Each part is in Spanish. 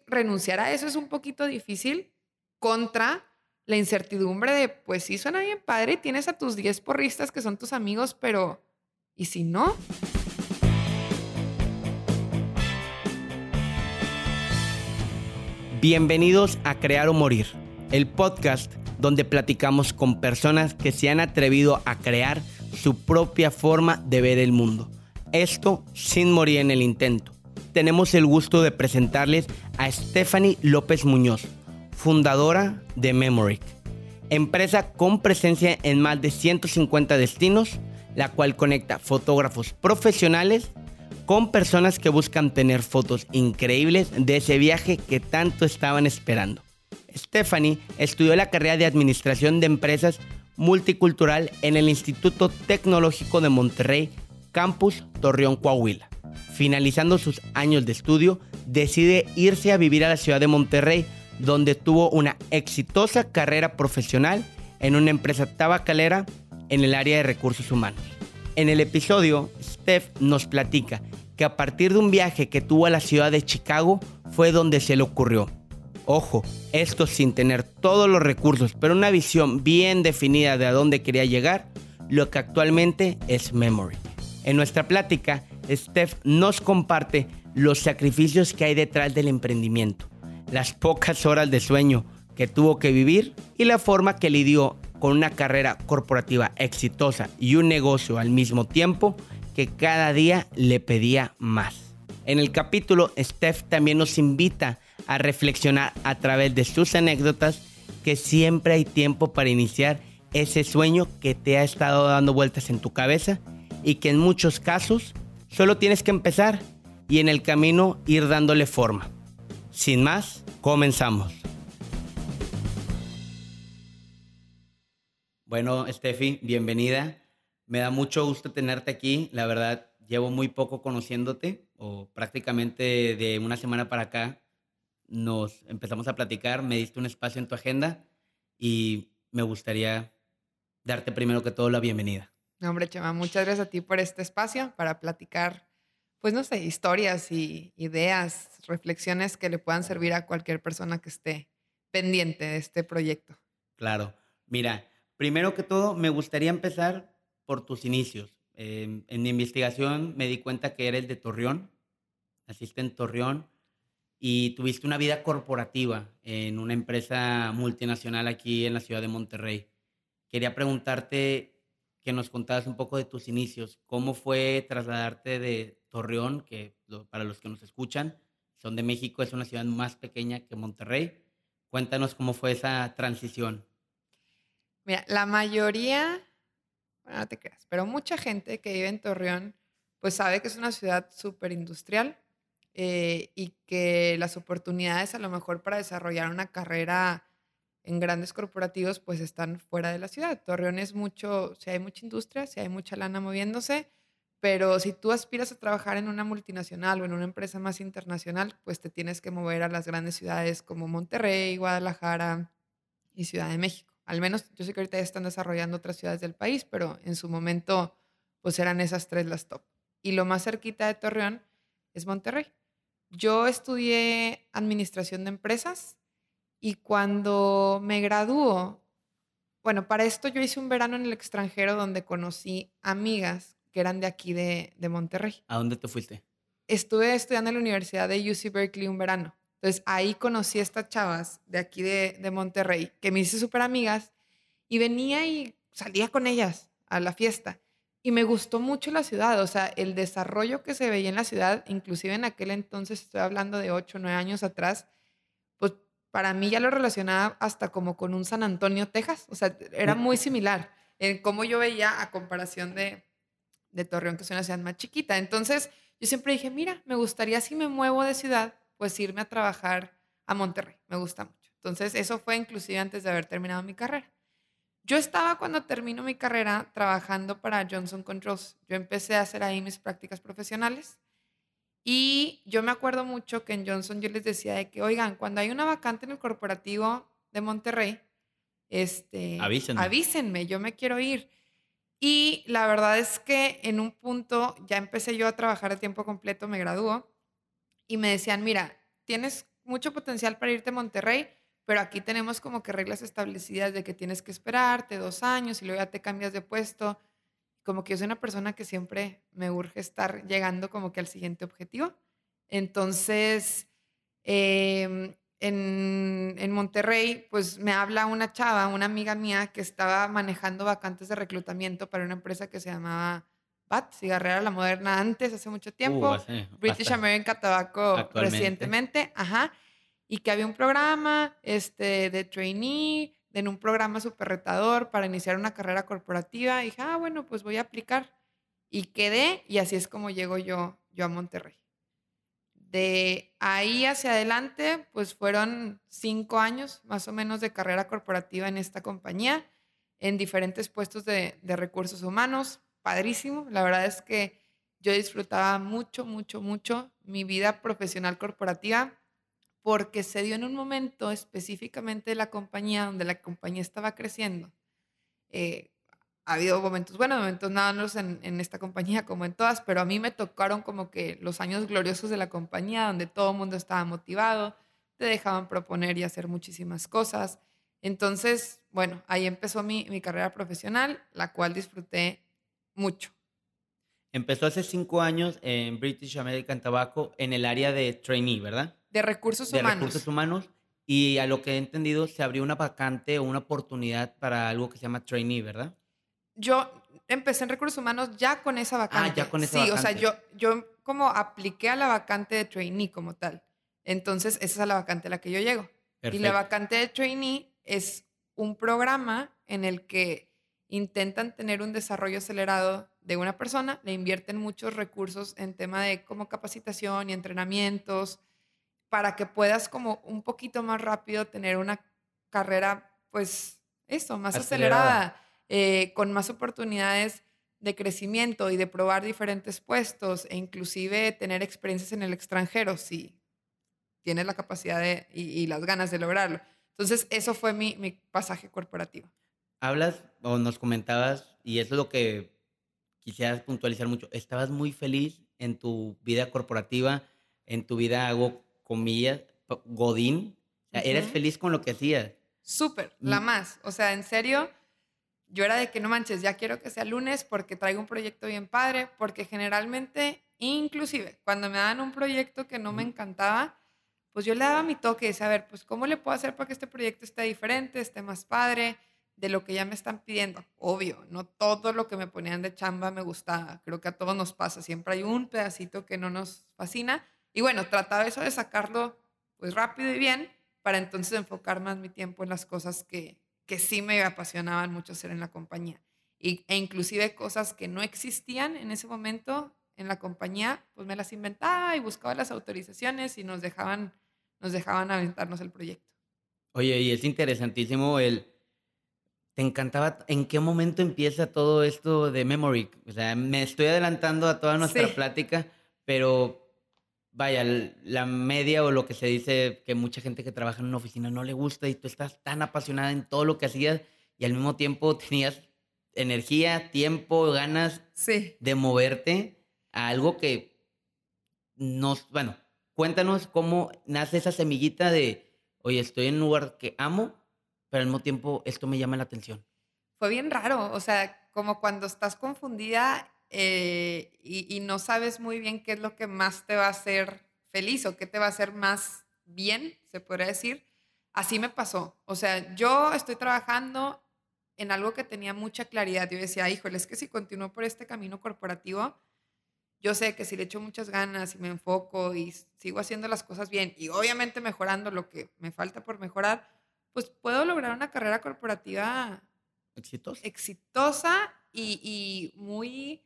renunciar a eso es un poquito difícil contra la incertidumbre de, pues sí, suena bien padre, tienes a tus 10 porristas que son tus amigos, pero ¿y si no? Bienvenidos a Crear o Morir, el podcast donde platicamos con personas que se han atrevido a crear su propia forma de ver el mundo. Esto sin morir en el intento. Tenemos el gusto de presentarles a Stephanie López Muñoz, fundadora de Memoric, empresa con presencia en más de 150 destinos, la cual conecta fotógrafos profesionales con personas que buscan tener fotos increíbles de ese viaje que tanto estaban esperando. Stephanie estudió la carrera de Administración de Empresas Multicultural en el Instituto Tecnológico de Monterrey, Campus Torreón, Coahuila. Finalizando sus años de estudio, decide irse a vivir a la ciudad de Monterrey, donde tuvo una exitosa carrera profesional en una empresa tabacalera en el área de recursos humanos. En el episodio, Steph nos platica que a partir de un viaje que tuvo a la ciudad de Chicago fue donde se le ocurrió. Ojo, esto sin tener todos los recursos, pero una visión bien definida de a dónde quería llegar, lo que actualmente es Memoric. En nuestra plática, Steph nos comparte los sacrificios que hay detrás del emprendimiento, las pocas horas de sueño que tuvo que vivir y la forma que lidió con una carrera corporativa exitosa y un negocio al mismo tiempo que cada día le pedía más. En el capítulo, Steph también nos invita a reflexionar a través de sus anécdotas que siempre hay tiempo para iniciar ese sueño que te ha estado dando vueltas en tu cabeza y que en muchos casos solo tienes que empezar y en el camino ir dándole forma. Sin más, comenzamos. Bueno, Steffi, bienvenida. Me da mucho gusto tenerte aquí. La verdad, llevo muy poco conociéndote, o prácticamente de una semana para acá nos empezamos a platicar, me diste un espacio en tu agenda y me gustaría darte primero que todo la bienvenida. No, hombre, Chema, muchas gracias a ti por este espacio para platicar, pues no sé, historias y ideas, reflexiones que le puedan servir a cualquier persona que esté pendiente de este proyecto. Claro. Mira, primero que todo me gustaría empezar por tus inicios. En mi investigación me di cuenta que eres de Torreón, naciste en Torreón y tuviste una vida corporativa en una empresa multinacional aquí en la ciudad de Monterrey. Quería preguntarte que nos contaras un poco de tus inicios. ¿Cómo fue trasladarte de Torreón, para los que nos escuchan, son de México, es una ciudad más pequeña que Monterrey? Cuéntanos cómo fue esa transición. Mira, la mayoría, bueno, no te creas, pero mucha gente que vive en Torreón, pues sabe que es una ciudad súper industrial y que las oportunidades a lo mejor para desarrollar una carrera en grandes corporativos pues están fuera de la ciudad. Torreón es mucho, si hay mucha industria, si hay mucha lana moviéndose, pero si tú aspiras a trabajar en una multinacional o en una empresa más internacional, pues te tienes que mover a las grandes ciudades como Monterrey, Guadalajara y Ciudad de México. Al menos yo sé que ahorita ya están desarrollando otras ciudades del país, pero en su momento pues eran esas tres las top. Y lo más cerquita de Torreón es Monterrey. Yo estudié administración de empresas y cuando me graduó, bueno, para esto yo hice un verano en el extranjero donde conocí amigas que eran de aquí de Monterrey. ¿A dónde te fuiste? Estuve estudiando en la Universidad de UC Berkeley un verano. Entonces ahí conocí a estas chavas de aquí de Monterrey que me hice súper amigas y venía y salía con ellas a la fiesta. Y me gustó mucho la ciudad, o sea, el desarrollo que se veía en la ciudad, inclusive en aquel entonces, estoy hablando de 8 o 9 años atrás, pues para mí ya lo relacionaba hasta como con un San Antonio, Texas. O sea, era muy similar en cómo yo veía a comparación de Torreón, que es una ciudad más chiquita. Entonces, yo siempre dije, mira, me gustaría si me muevo de ciudad, pues irme a trabajar a Monterrey. Me gusta mucho. Entonces, eso fue inclusive antes de haber terminado mi carrera. Yo estaba cuando termino mi carrera trabajando para Johnson Controls. Yo empecé a hacer ahí mis prácticas profesionales y yo me acuerdo mucho que en Johnson yo les decía de que, oigan, cuando hay una vacante en el corporativo de Monterrey, Avísenme. avísenme, yo me quiero ir. Y la verdad es que en un punto ya empecé yo a trabajar de tiempo completo, me graduó, y me decían, mira, tienes mucho potencial para irte a Monterrey, pero aquí tenemos como que reglas establecidas de que tienes que esperarte 2 años y luego ya te cambias de puesto. Como que yo soy una persona que siempre me urge estar llegando como que al siguiente objetivo. Entonces, en Monterrey, pues me habla una chava, una amiga mía que estaba manejando vacantes de reclutamiento para una empresa que se llamaba BAT, Cigarrera La Moderna antes, hace mucho tiempo, Hace British bastante. American Tobacco Actualmente. recientemente, ajá, y que había un programa de trainee, en un programa súper retador para iniciar una carrera corporativa. Y dije, bueno, pues voy a aplicar. Y quedé, y así es como llego yo a Monterrey. De ahí hacia adelante, pues fueron 5 años más o menos de carrera corporativa en esta compañía, en diferentes puestos de recursos humanos. Padrísimo. La verdad es que yo disfrutaba mucho, mucho, mucho mi vida profesional corporativa porque se dio en un momento específicamente de la compañía donde la compañía estaba creciendo. Eh, ha habido momentos buenos, momentos nada malos en esta compañía como en todas, pero a mí me tocaron como que los años gloriosos de la compañía donde todo el mundo estaba motivado, te dejaban proponer y hacer muchísimas cosas. Entonces, bueno, ahí empezó mi carrera profesional, la cual disfruté mucho. Empezó hace 5 años en British American Tobacco en el área de trainee, ¿verdad? De recursos De recursos humanos. humanos. Y a lo que he entendido, se abrió una vacante o una oportunidad para algo que se llama trainee, ¿verdad? Yo empecé en recursos humanos ya con esa Ah, ya vacante. con esa Sí, o sea, vacante. yo como apliqué a la vacante de trainee como tal. Entonces, esa es la vacante a la que yo llego. Y la Perfecto. vacante de trainee es un programa en el que intentan tener un desarrollo acelerado de una persona, le invierten muchos recursos en tema de como capacitación y entrenamientos para que puedas como un poquito más rápido tener una carrera, pues eso, más Acelerada. acelerada, con más oportunidades de crecimiento y de probar diferentes puestos e inclusive tener experiencias en el extranjero si tienes la capacidad y las ganas de lograrlo. Entonces, eso fue mi pasaje corporativo. Hablas o nos comentabas, y eso es lo que quisieras puntualizar mucho, estabas muy feliz en tu vida corporativa, en tu vida, hago comillas, godín. O sea, eres Ujú. feliz con lo que hacías. Súper, la Mm, más. O sea, en serio, yo era de que no manches, ya quiero que sea lunes porque traigo un proyecto bien padre, porque generalmente, inclusive, cuando me daban un proyecto que no me ujú. encantaba, pues yo le daba mi toque y decía, a ver, pues ¿cómo le puedo hacer para que este proyecto esté diferente, esté más padre de lo que ya me están pidiendo? Obvio, no todo lo que me ponían de chamba me gustaba, creo que a todos nos pasa, siempre hay un pedacito que no nos fascina y bueno, trataba eso de sacarlo pues rápido y bien para entonces enfocar más mi tiempo en las cosas que sí me apasionaban mucho hacer en la compañía. E inclusive cosas que no existían en ese momento en la compañía, pues me las inventaba y buscaba las autorizaciones y nos dejaban aventarnos el proyecto. Oye, y es interesantísimo ¿te encantaba en qué momento empieza todo esto de Memory? O sea, me estoy adelantando a toda nuestra Sí, plática, pero vaya, la media o lo que se dice que mucha gente que trabaja en una oficina no le gusta y tú estás tan apasionada en todo lo que hacías y al mismo tiempo tenías energía, tiempo, ganas sí. de moverte a algo que nos, bueno, cuéntanos cómo nace esa semillita de, oye, estoy en un lugar que amo, pero al mismo tiempo esto me llama la atención. Fue bien raro, o sea, como cuando estás confundida y no sabes muy bien qué es lo que más te va a hacer feliz o qué te va a hacer más bien, se podría decir. Así me pasó. O sea, yo estoy trabajando en algo que tenía mucha claridad. Yo decía, híjole, es que si continúo por este camino corporativo, yo sé que si le echo muchas ganas y me enfoco y sigo haciendo las cosas bien y obviamente mejorando lo que me falta por mejorar, pues puedo lograr una carrera corporativa ¿Exitosa? exitosa y muy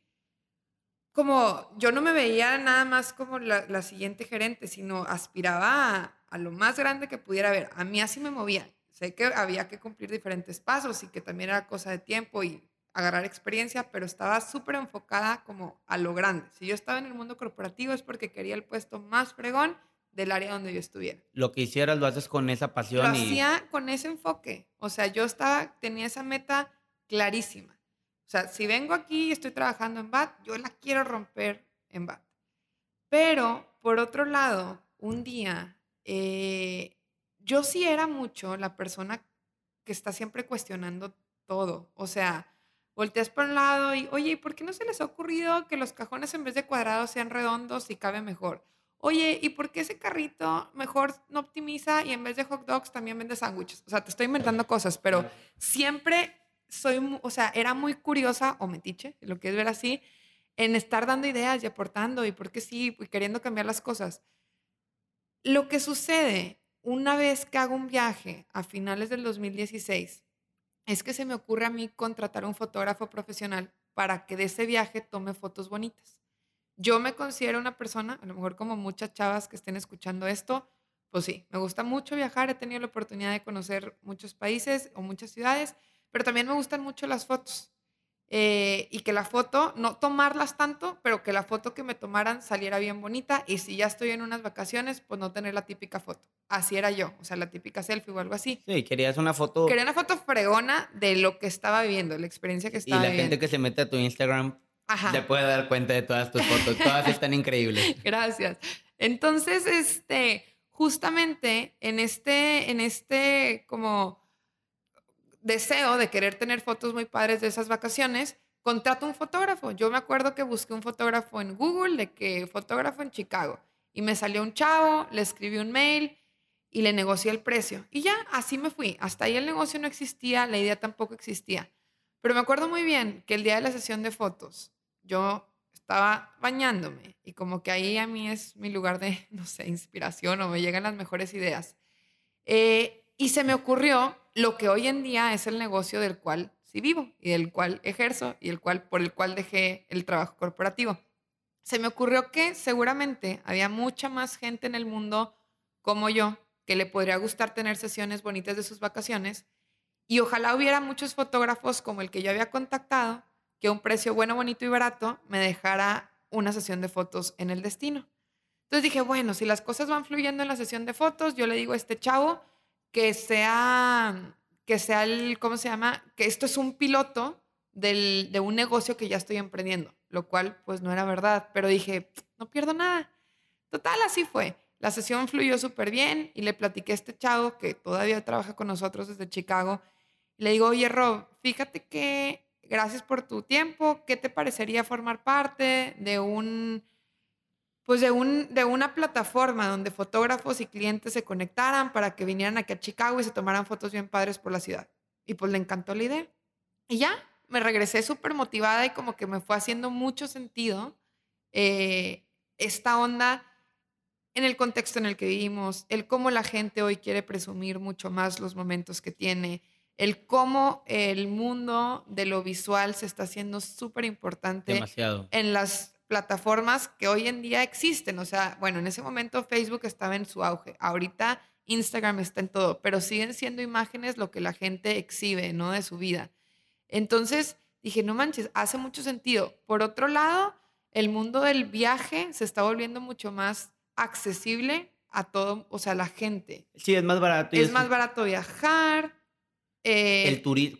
como yo no me veía nada más como la siguiente gerente, sino aspiraba a lo más grande que pudiera haber. A mí así me movía. Sé que había que cumplir diferentes pasos y que también era cosa de tiempo y agarrar experiencia, pero estaba súper enfocada como a lo grande. Si yo estaba en el mundo corporativo es porque quería el puesto más fregón del área donde yo estuviera. Lo que hicieras lo haces con esa Lo pasión y hacía con ese enfoque. O sea, tenía esa meta clarísima. O sea, si vengo aquí y estoy trabajando en BAT, yo la quiero romper en BAT. Pero, por otro lado, un día yo sí era mucho la persona que está siempre cuestionando todo. O sea, volteas por un lado y, oye, ¿y por qué no se les ha ocurrido que los cajones en vez de cuadrados sean redondos y cabe mejor? Oye, ¿y por qué ese carrito mejor no optimiza y en vez de hot dogs también vende sándwiches? O sea, te estoy inventando cosas, pero siempre o sea, era muy curiosa o metiche, lo que es ver así, en estar dando ideas y aportando y por qué sí, y queriendo cambiar las cosas. Lo que sucede una vez que hago un viaje a finales del 2016 es que se me ocurre a mí contratar un fotógrafo profesional para que de ese viaje tome fotos bonitas. Yo me considero una persona, a lo mejor como muchas chavas que estén escuchando esto, pues sí, me gusta mucho viajar, he tenido la oportunidad de conocer muchos países o muchas ciudades, pero también me gustan mucho las fotos. Y que la foto, no tomarlas tanto, pero que la foto que me tomaran saliera bien bonita. Y si ya estoy en unas vacaciones, pues no tener la típica foto. Así era yo, o sea, la típica selfie o algo así. Sí, querías una foto. Quería una foto fregona de lo que estaba viviendo, la experiencia que Y estaba la gente viviendo. que se mete a tu Instagram se Ajá. puede dar cuenta de todas tus fotos. Todas están increíbles. Gracias. Entonces, justamente en este como deseo de querer tener fotos muy padres de esas vacaciones, contrato un fotógrafo. Yo me acuerdo que busqué un fotógrafo en Google, de que fotógrafo en Chicago, y me salió un chavo, le escribí un mail y le negocié el precio. Y ya, así me fui. Hasta ahí el negocio no existía, la idea tampoco existía. Pero me acuerdo muy bien que el día de la sesión de fotos, yo estaba bañándome y como que ahí a mí es mi lugar de, no sé, inspiración o me llegan las mejores ideas. Y se me ocurrió lo que hoy en día es el negocio del cual sí vivo y del cual ejerzo y por el cual dejé el trabajo corporativo. Se me ocurrió que seguramente había mucha más gente en el mundo como yo que le podría gustar tener sesiones bonitas de sus vacaciones y ojalá hubiera muchos fotógrafos como el que yo había contactado que a un precio bueno, bonito y barato me dejara una sesión de fotos en el destino. Entonces dije, bueno, si las cosas van fluyendo en la sesión de fotos, yo le digo a este chavo que sea el, ¿cómo se llama? Que esto es un piloto de un negocio que ya estoy emprendiendo, lo cual pues no era verdad, pero dije, no pierdo nada. Total, así fue. La sesión fluyó súper bien y le platiqué a este chavo que todavía trabaja con nosotros desde Chicago. Le digo, oye, Rob, fíjate que gracias por tu tiempo, ¿qué te parecería formar parte de de una plataforma donde fotógrafos y clientes se conectaran para que vinieran aquí a Chicago y se tomaran fotos bien padres por la ciudad? Y pues le encantó la idea. Y ya, me regresé súper motivada y como que me fue haciendo mucho sentido esta onda en el contexto en el que vivimos, el cómo la gente hoy quiere presumir mucho más los momentos que tiene, el cómo el mundo de lo visual se está haciendo súper importante Demasiado. en las plataformas que hoy en día existen. O sea, bueno, en ese momento Facebook estaba en su auge. Ahorita Instagram está en todo, pero siguen siendo imágenes lo que la gente exhibe, ¿no? De su vida. Entonces dije, no manches, hace mucho sentido. Por otro lado, el mundo del viaje se está volviendo mucho más accesible a todo, o sea, a la gente. Sí, es más barato. Es más barato viajar. El turismo,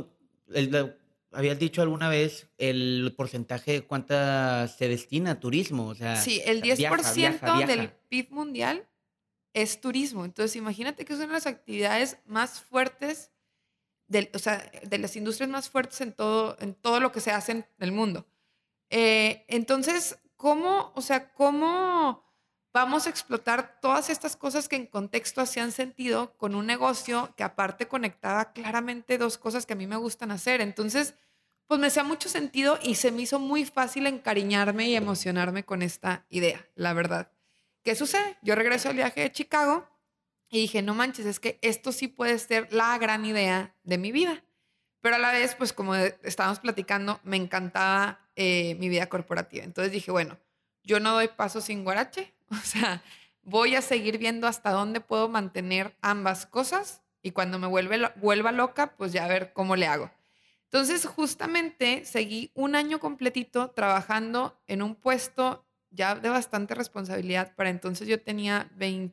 habías dicho alguna vez el porcentaje de cuánta se destina a turismo? O sea, Sí, el 10% viaja. del PIB mundial es turismo. Entonces, imagínate que es una de las actividades más fuertes, o sea, de las industrias más fuertes en todo lo que se hace en el mundo. Entonces, o sea, cómo vamos a explotar todas estas cosas que en contexto hacían sentido con un negocio que aparte conectaba claramente dos cosas que a mí me gustan hacer? Entonces, pues me hacía mucho sentido y se me hizo muy fácil encariñarme y emocionarme con esta idea, la verdad. ¿Qué sucede? Yo regreso al viaje de Chicago y dije, no manches, es que esto sí puede ser la gran idea de mi vida. Pero a la vez, pues como estábamos platicando, me encantaba mi vida corporativa. Entonces dije, bueno, yo no doy paso sin guarache. O sea, voy a seguir viendo hasta dónde puedo mantener ambas cosas y cuando me vuelva loca, pues ya a ver cómo le hago. Entonces, justamente seguí un año completito trabajando en un puesto ya de bastante responsabilidad. Para entonces yo tenía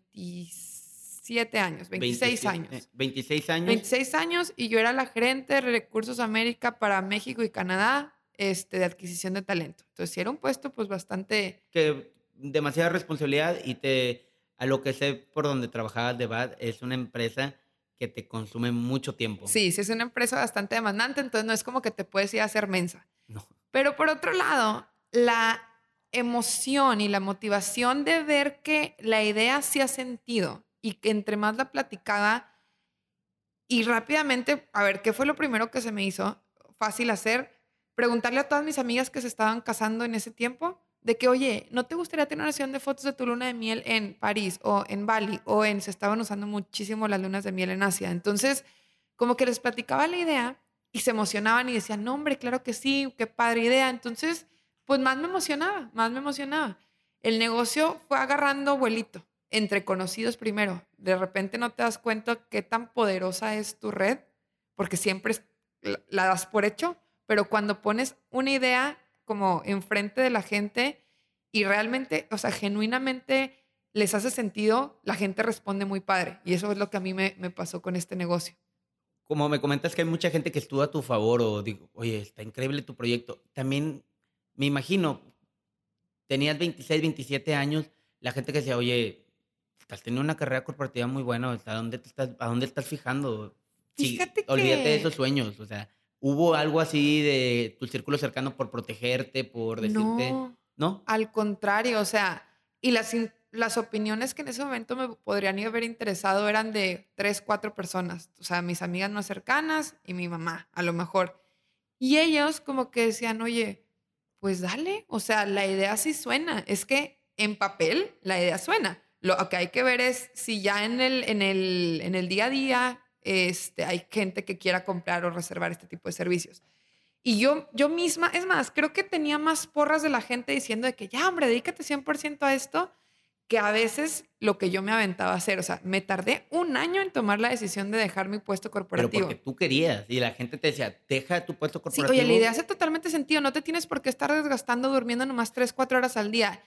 27 años, 26 años. 26 años. 26 años y yo era la gerente de Recursos América para México y Canadá, de adquisición de talento. Entonces, sí era un puesto pues bastante... Que demasiada responsabilidad y a lo que sé por donde trabajabas de BAD, es una empresa que te consume mucho tiempo. Sí, sí es una empresa bastante demandante, entonces no es como que te puedes ir a hacer mensa. No. Pero por otro lado, la emoción y la motivación de ver que la idea sí ha sentido y que entre más la platicaba y rápidamente, a ver, ¿qué fue lo primero que se me hizo fácil hacer? Preguntarle a todas mis amigas que se estaban casando en ese tiempo de que, oye, ¿no te gustaría tener una sesión de fotos de tu luna de miel en París o en Bali o en, se estaban usando muchísimo las lunas de miel en Asia? Entonces, como que les platicaba la idea y se emocionaban y decían, no, hombre, claro que sí, qué padre idea. Entonces, pues más me emocionaba, más me emocionaba. El negocio fue agarrando vuelito entre conocidos primero. De repente no te das cuenta qué tan poderosa es tu red, porque siempre la das por hecho, pero cuando pones una idea como enfrente de la gente y realmente, o sea, genuinamente les hace sentido, la gente responde muy padre. Y eso es lo que a mí me pasó con este negocio. Como me comentas que hay mucha gente que estuvo a tu favor o digo, oye, está increíble tu proyecto. También me imagino, tenías 26, 27 años, la gente que decía, oye, estás teniendo una carrera corporativa muy buena, ¿a dónde estás fijando? Sí, Fíjate olvídate de esos que sueños, o sea, ¿hubo algo así de tu círculo cercano por protegerte, por decirte, no, no? al contrario, o sea, y las opiniones que en ese momento me podrían haber interesado eran de 3, 4 personas, o sea, mis amigas más cercanas y mi mamá, a lo mejor. Y ellos como que decían, oye, pues dale, o sea, la idea sí suena, es que en papel la idea suena. Lo que hay que ver es si ya en el día a día hay gente que quiera comprar o reservar este tipo de servicios. Y yo misma, es más, creo que tenía más porras de la gente diciendo de que ya, hombre, dedícate 100% a esto, que a veces lo que yo me aventaba a hacer. O sea, me tardé un año en tomar la decisión de dejar mi puesto Pero porque corporativo. tú querías y la gente te decía, deja tu puesto Sí, oye, la idea corporativo. hace totalmente sentido. No te tienes por qué estar desgastando durmiendo nomás 3, 4 horas al día.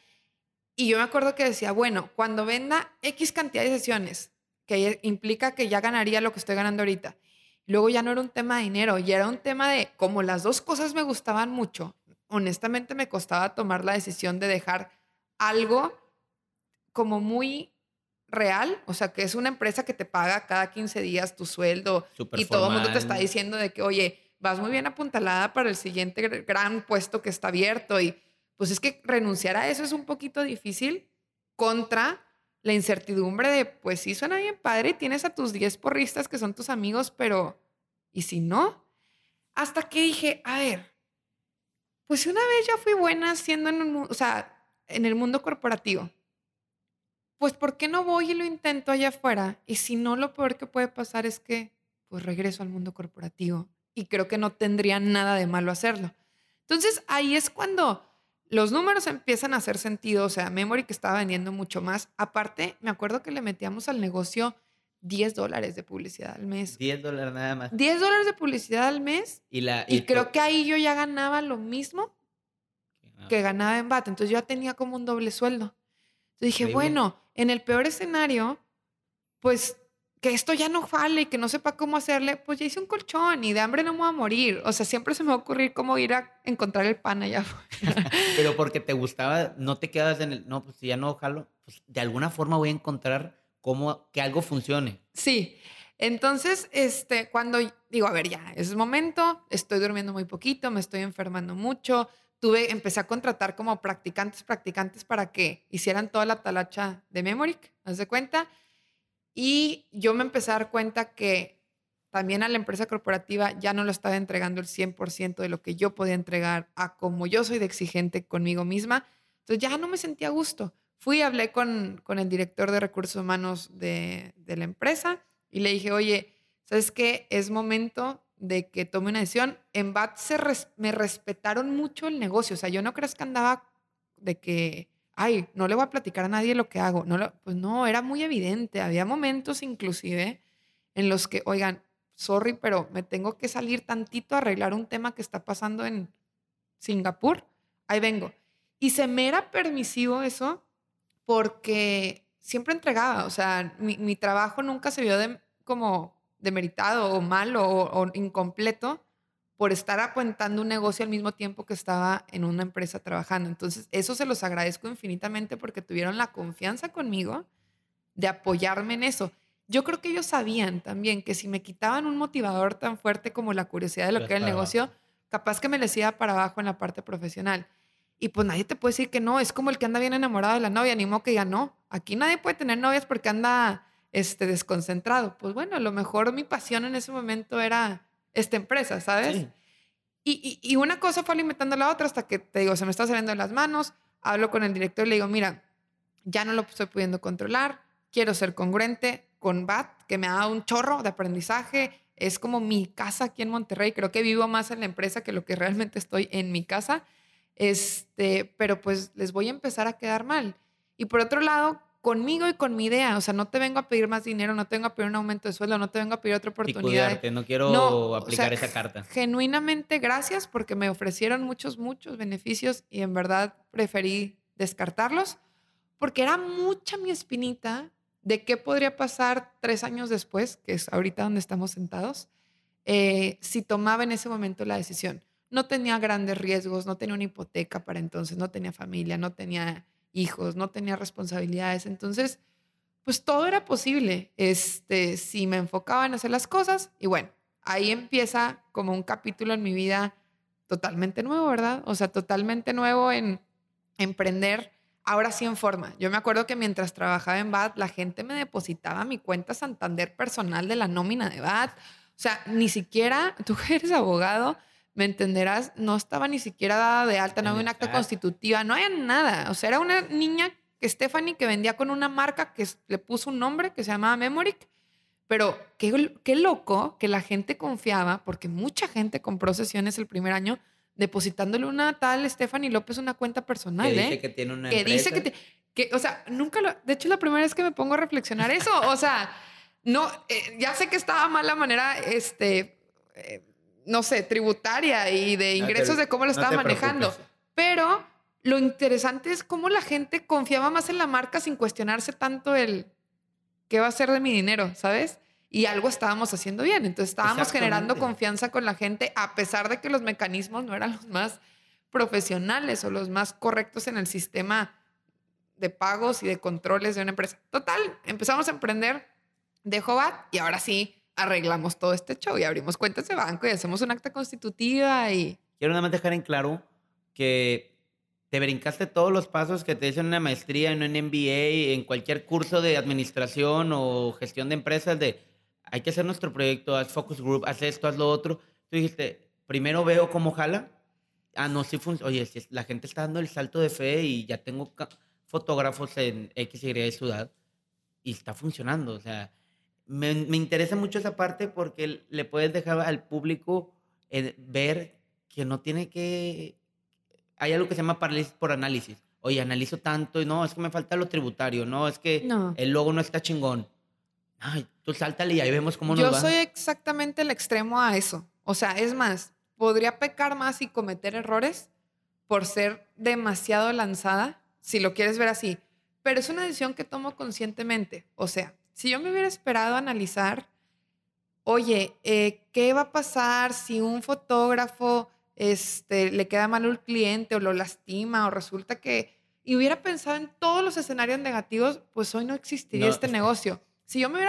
Y yo me acuerdo que decía, bueno, cuando venda X cantidad de sesiones, que implica que ya ganaría lo que estoy ganando ahorita. Luego ya no era un tema de dinero, ya era un tema de, como las dos cosas me gustaban mucho, honestamente me costaba tomar la decisión de dejar algo como muy real, o sea, que es una empresa que te paga cada 15 días tu sueldo Súper y todo el mundo te formal. está diciendo de que, oye, vas muy bien apuntalada para el siguiente gran puesto que está abierto y pues es que renunciar a eso es un poquito difícil contra la incertidumbre de, pues sí, suena bien padre, tienes a tus 10 porristas que son tus amigos, pero ¿y si no? Hasta que dije, a ver, pues si una vez ya fui buena siendo o sea, en el mundo corporativo, pues, ¿por qué no voy y lo intento allá afuera? Y si no, lo peor que puede pasar es que, pues, regreso al mundo corporativo y creo que no tendría nada de malo hacerlo. Entonces, ahí es cuando los números empiezan a hacer sentido, o sea, Memory que estaba vendiendo mucho más. Aparte, me acuerdo que le metíamos al negocio $10 de publicidad al mes. $10 nada más. $10 de publicidad al mes Y la y y creo to que ahí yo ya ganaba lo mismo ah, que ganaba en BAT. Entonces, yo ya tenía como un doble sueldo. Entonces dije, increíble. bueno, en el peor escenario, pues que esto ya no jale y que no sepa cómo hacerle, pues ya hice un colchón y de hambre no me voy a morir. O sea, siempre se me va a ocurrir cómo ir a encontrar el pan allá afuera. Pero porque te gustaba, no te quedas en el, no, pues si ya no jalo, pues de alguna forma voy a encontrar cómo que algo funcione. Sí. Entonces, cuando digo, a ver, ya, es momento, estoy durmiendo muy poquito, me estoy enfermando mucho, empecé a contratar como practicantes para que hicieran toda la talacha de Memoric, haz de cuenta. Y yo me empecé a dar cuenta que también a la empresa corporativa ya no lo estaba entregando el 100% de lo que yo podía entregar a como yo soy de exigente conmigo misma. Entonces ya no me sentía a gusto. Fui, hablé con el director de recursos humanos de la empresa y le dije, oye, ¿sabes qué? Es momento de que tome una decisión. En BAT me respetaron mucho el negocio. O sea, yo no crees que andaba de que ay, no le voy a platicar a nadie lo que hago. Pues no, era muy evidente. Había momentos inclusive en los que, oigan, sorry, pero me tengo que salir tantito a arreglar un tema que está pasando en Singapur. Ahí vengo. Y se me era permisivo eso porque siempre entregaba. O sea, mi trabajo nunca se vio como demeritado o malo o incompleto por estar apuntando un negocio al mismo tiempo que estaba en una empresa trabajando. Entonces, eso se los agradezco infinitamente porque tuvieron la confianza conmigo de apoyarme en eso. Yo creo que ellos sabían también que si me quitaban un motivador tan fuerte como la curiosidad de lo que era el negocio, capaz que me les iba para abajo en la parte profesional. Y pues nadie te puede decir que no. Es como el que anda bien enamorado de la novia, ni modo que diga no. Aquí nadie puede tener novias porque anda desconcentrado. Pues bueno, a lo mejor mi pasión en ese momento era esta empresa, ¿sabes? Sí. Y una cosa fue alimentando a la otra hasta que, te digo, se me está saliendo de las manos. Hablo con el director y le digo, mira, ya no lo estoy pudiendo controlar. Quiero ser congruente con BAT, que me ha dado un chorro de aprendizaje. Es como mi casa aquí en Monterrey. Creo que vivo más en la empresa que lo que realmente estoy en mi casa. Pero pues les voy a empezar a quedar mal. Y por otro lado, conmigo y con mi idea, o sea, no te vengo a pedir más dinero, no te vengo a pedir un aumento de sueldo, no te vengo a pedir otra oportunidad. Picudearte, no quiero aplicar esa carta. Genuinamente gracias porque me ofrecieron muchos beneficios y en verdad preferí descartarlos porque era mucha mi espinita de qué podría pasar 3 años después, que es ahorita donde estamos sentados, si tomaba en ese momento la decisión. No tenía grandes riesgos, no tenía una hipoteca para entonces, no tenía familia, no tenía hijos, no tenía responsabilidades. Entonces, pues todo era posible si me enfocaba en hacer las cosas. Y bueno, ahí empieza como un capítulo en mi vida totalmente nuevo, ¿verdad? O sea, totalmente nuevo en emprender, ahora sí en forma. Yo me acuerdo que mientras trabajaba en BAT, la gente me depositaba mi cuenta Santander personal de la nómina de BAT. O sea, ni siquiera, tú que eres abogado, me entenderás, no estaba ni siquiera dada de alta, no había un acta constitutiva, no había nada. O sea, era una niña Stephanie que vendía con una marca que le puso un nombre que se llamaba Memoric. Pero qué loco que la gente confiaba, porque mucha gente compró sesiones el primer año depositándole una tal Stephanie López una cuenta personal. Que dice que tiene una que empresa. Dice que, o sea, nunca lo... De hecho, la primera vez que me pongo a reflexionar eso, o sea, no, ya sé que estaba mal la manera, no sé, tributaria y de ingresos de cómo lo estaba manejando. Pero lo interesante es cómo la gente confiaba más en la marca sin cuestionarse tanto el qué va a ser de mi dinero, ¿sabes? Y algo estábamos haciendo bien. Entonces estábamos generando confianza con la gente a pesar de que los mecanismos no eran los más profesionales o los más correctos en el sistema de pagos y de controles de una empresa. Total, empezamos a emprender, dejo BAT y ahora sí arreglamos todo este show y abrimos cuentas de banco y hacemos un acta constitutiva y... Quiero nada más dejar en claro que te brincaste todos los pasos que te dicen en una maestría, en un MBA, en cualquier curso de administración o gestión de empresas de hay que hacer nuestro proyecto, haz focus group, haz esto, haz lo otro. Tú dijiste, primero veo cómo jala. Ah, no, sí funciona. Oye, si la gente está dando el salto de fe y ya tengo fotógrafos en X, Y ciudad y está funcionando. O sea, me interesa mucho esa parte porque le puedes dejar al público ver que no tiene que... Hay algo que se llama parálisis por análisis. Oye, analizo tanto y no, es que me falta lo tributario, no, es que el logo no está chingón. Ay, tú sáltale y ahí vemos cómo nos va. Yo soy exactamente el extremo a eso. O sea, es más, podría pecar más y cometer errores por ser demasiado lanzada, si lo quieres ver así. Pero es una decisión que tomo conscientemente. O sea, si yo me hubiera esperado a analizar, oye, ¿qué va a pasar si un fotógrafo le queda mal al cliente o lo lastima o resulta que... Y hubiera pensado en todos los escenarios negativos, pues hoy no existiría este negocio. Si yo me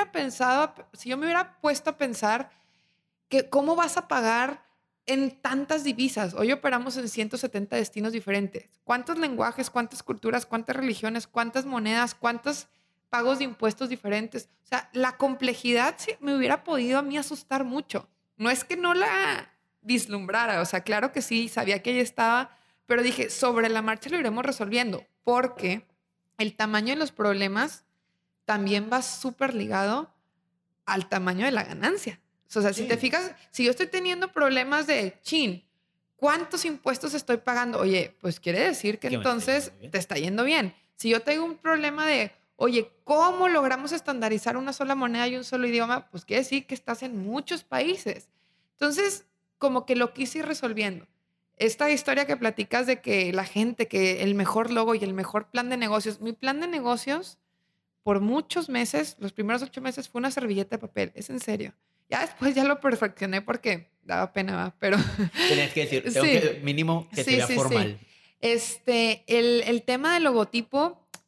hubiera puesto a pensar que cómo vas a pagar en tantas divisas. Hoy operamos en 170 destinos diferentes. ¿Cuántos lenguajes, cuántas culturas, cuántas religiones, cuántas monedas, cuántos pagos de impuestos diferentes? O sea, la complejidad sí me hubiera podido a mí asustar mucho. No es que no la vislumbrara, o sea, claro que sí, sabía que ella estaba, pero dije, sobre la marcha lo iremos resolviendo, porque el tamaño de los problemas también va súper ligado al tamaño de la ganancia. O sea, si te fijas, si yo estoy teniendo problemas de ¿cuántos impuestos estoy pagando? Oye, pues quiere decir que entonces te está yendo bien. Si yo tengo un problema de, oye, ¿cómo logramos estandarizar una sola moneda y un solo idioma? Pues quiere decir que estás en muchos países. Entonces, como que lo quise ir resolviendo. Esta historia que platicas de que la gente, que el mejor logo y el mejor plan de negocios. Mi plan de negocios, por muchos meses, los primeros 8 meses, fue una servilleta de papel. Es en serio. Ya después ya lo perfeccioné porque daba pena, ¿va? Pero... Tenías que decir, mínimo que se vea formal. Sí. El tema del logotipo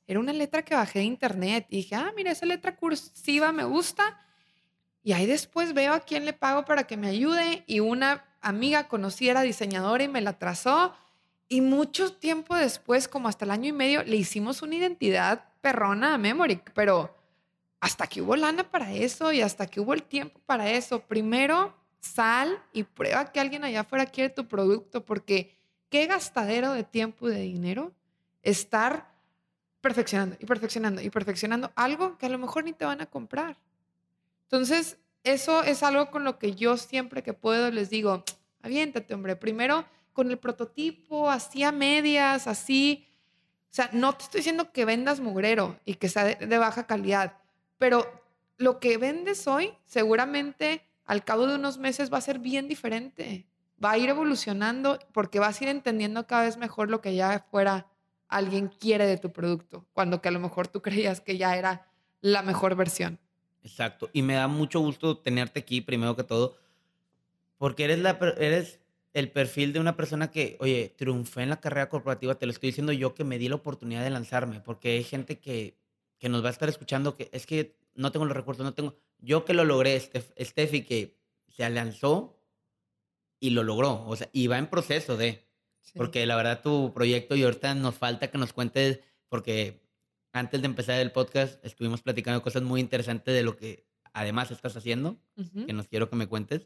Era una letra que bajé de internet y dije, mira, esa letra cursiva me gusta. Y ahí después veo a quién le pago para que me ayude y una amiga conocida era diseñadora y me la trazó. Y mucho tiempo después, como hasta el año y medio, le hicimos una identidad perrona a Memory, pero hasta que hubo lana para eso y hasta que hubo el tiempo para eso. Primero, sal y prueba que alguien allá afuera quiere tu producto, porque qué gastadero de tiempo y de dinero estar perfeccionando y perfeccionando y perfeccionando algo que a lo mejor ni te van a comprar. Entonces, eso es algo con lo que yo siempre que puedo les digo, aviéntate, hombre. Primero con el prototipo, así a medias, así. O sea, no te estoy diciendo que vendas mugrero y que sea de baja calidad, pero lo que vendes hoy seguramente al cabo de unos meses va a ser bien diferente. Va a ir evolucionando porque vas a ir entendiendo cada vez mejor lo que ya fuera alguien quiere de tu producto, cuando que a lo mejor tú creías que ya era la mejor versión. Exacto. Y me da mucho gusto tenerte aquí, primero que todo, porque eres el perfil de una persona que, oye, triunfé en la carrera corporativa. Te lo estoy diciendo yo, que me di la oportunidad de lanzarme, porque hay gente que nos va a estar escuchando que es que no tengo los recursos, no tengo. Yo que lo logré, Steffi, que se lanzó y lo logró, o sea, y va en proceso de, Sí. porque la verdad tu proyecto y ahorita nos falta que nos cuentes, porque antes de empezar el podcast estuvimos platicando cosas muy interesantes de lo que además estás haciendo, Ujú. que nos quiero que me cuentes.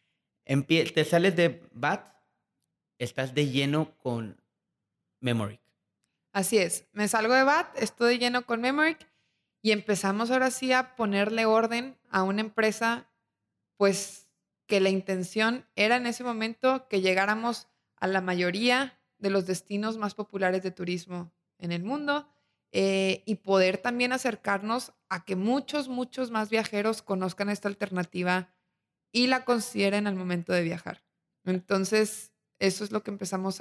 Te sales de BAT, estás de lleno con Memory. Así es. Me salgo de BAT, estoy lleno con Memory y empezamos ahora sí a ponerle orden a una empresa, pues que la intención era en ese momento que llegáramos a la mayoría de los destinos más populares de turismo en el mundo, y poder también acercarnos a que muchos, muchos más viajeros conozcan esta alternativa y la consideren al momento de viajar. Entonces, eso es lo que empezamos